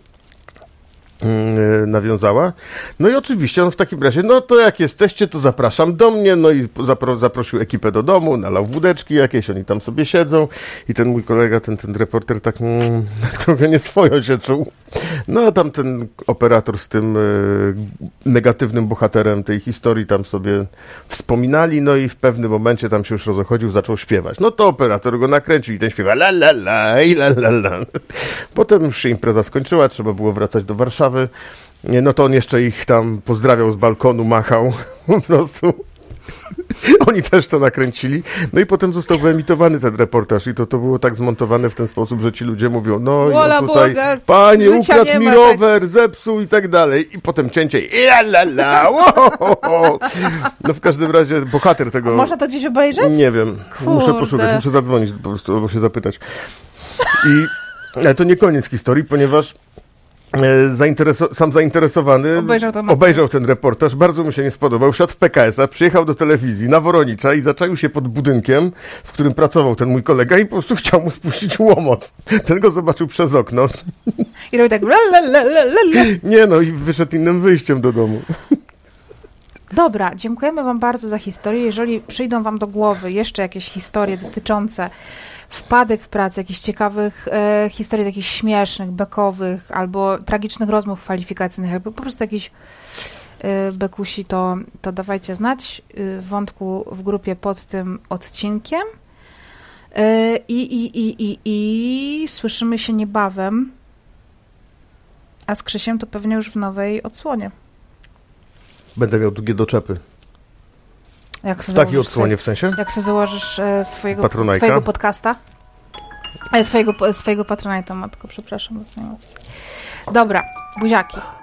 nawiązała. No i oczywiście on w takim razie, no to jak jesteście, to zapraszam do mnie, no i zaprosił ekipę do domu, nalał wódeczki jakieś, oni tam sobie siedzą i ten mój kolega, ten reporter tak trochę nieswojo się czuł. No a tam ten operator z tym negatywnym bohaterem tej historii tam sobie wspominali, no i w pewnym momencie tam się już rozochodził, zaczął śpiewać. No to operator go nakręcił i ten śpiewa la la la i la la la. Potem już się impreza skończyła, trzeba było wracać do Warszawy. No to on jeszcze ich tam pozdrawiał z balkonu, machał po prostu. Oni też to nakręcili. No i potem został wyemitowany ten reportaż i to było tak zmontowane w ten sposób, że ci ludzie mówią, no i tutaj Boga, panie ukradł mi rower, zepsuł i tak dalej. I potem cięcie i la la la. No w każdym razie bohater tego... A można to gdzieś obejrzeć? Nie wiem. Kurde. Muszę poszukać, muszę zadzwonić po prostu, albo się zapytać. Ale to nie koniec historii, ponieważ sam zainteresowany obejrzał ten reportaż, bardzo mu się nie spodobał, wsiadł w PKS-a, przyjechał do telewizji na Woronicza i zaczaił się pod budynkiem, w którym pracował ten mój kolega i po prostu chciał mu spuścić łomot. Ten go zobaczył przez okno. I robił tak Nie no, i wyszedł innym wyjściem do domu. Dobra, dziękujemy wam bardzo za historię. Jeżeli przyjdą wam do głowy jeszcze jakieś historie dotyczące wpadek w pracy, jakichś ciekawych historii, takich śmiesznych, bekowych, albo tragicznych rozmów kwalifikacyjnych, albo po prostu jakiś bekusi, to dawajcie znać wątku w grupie pod tym odcinkiem. I słyszymy się niebawem, a z Krzysiem to pewnie już w nowej odsłonie. Będę miał długie doczepy. W takiej odsłonie w sensie? Jak sobie założysz swojego podcasta? Swojego Patronite'a, matko, przepraszam. Dobra, buziaki.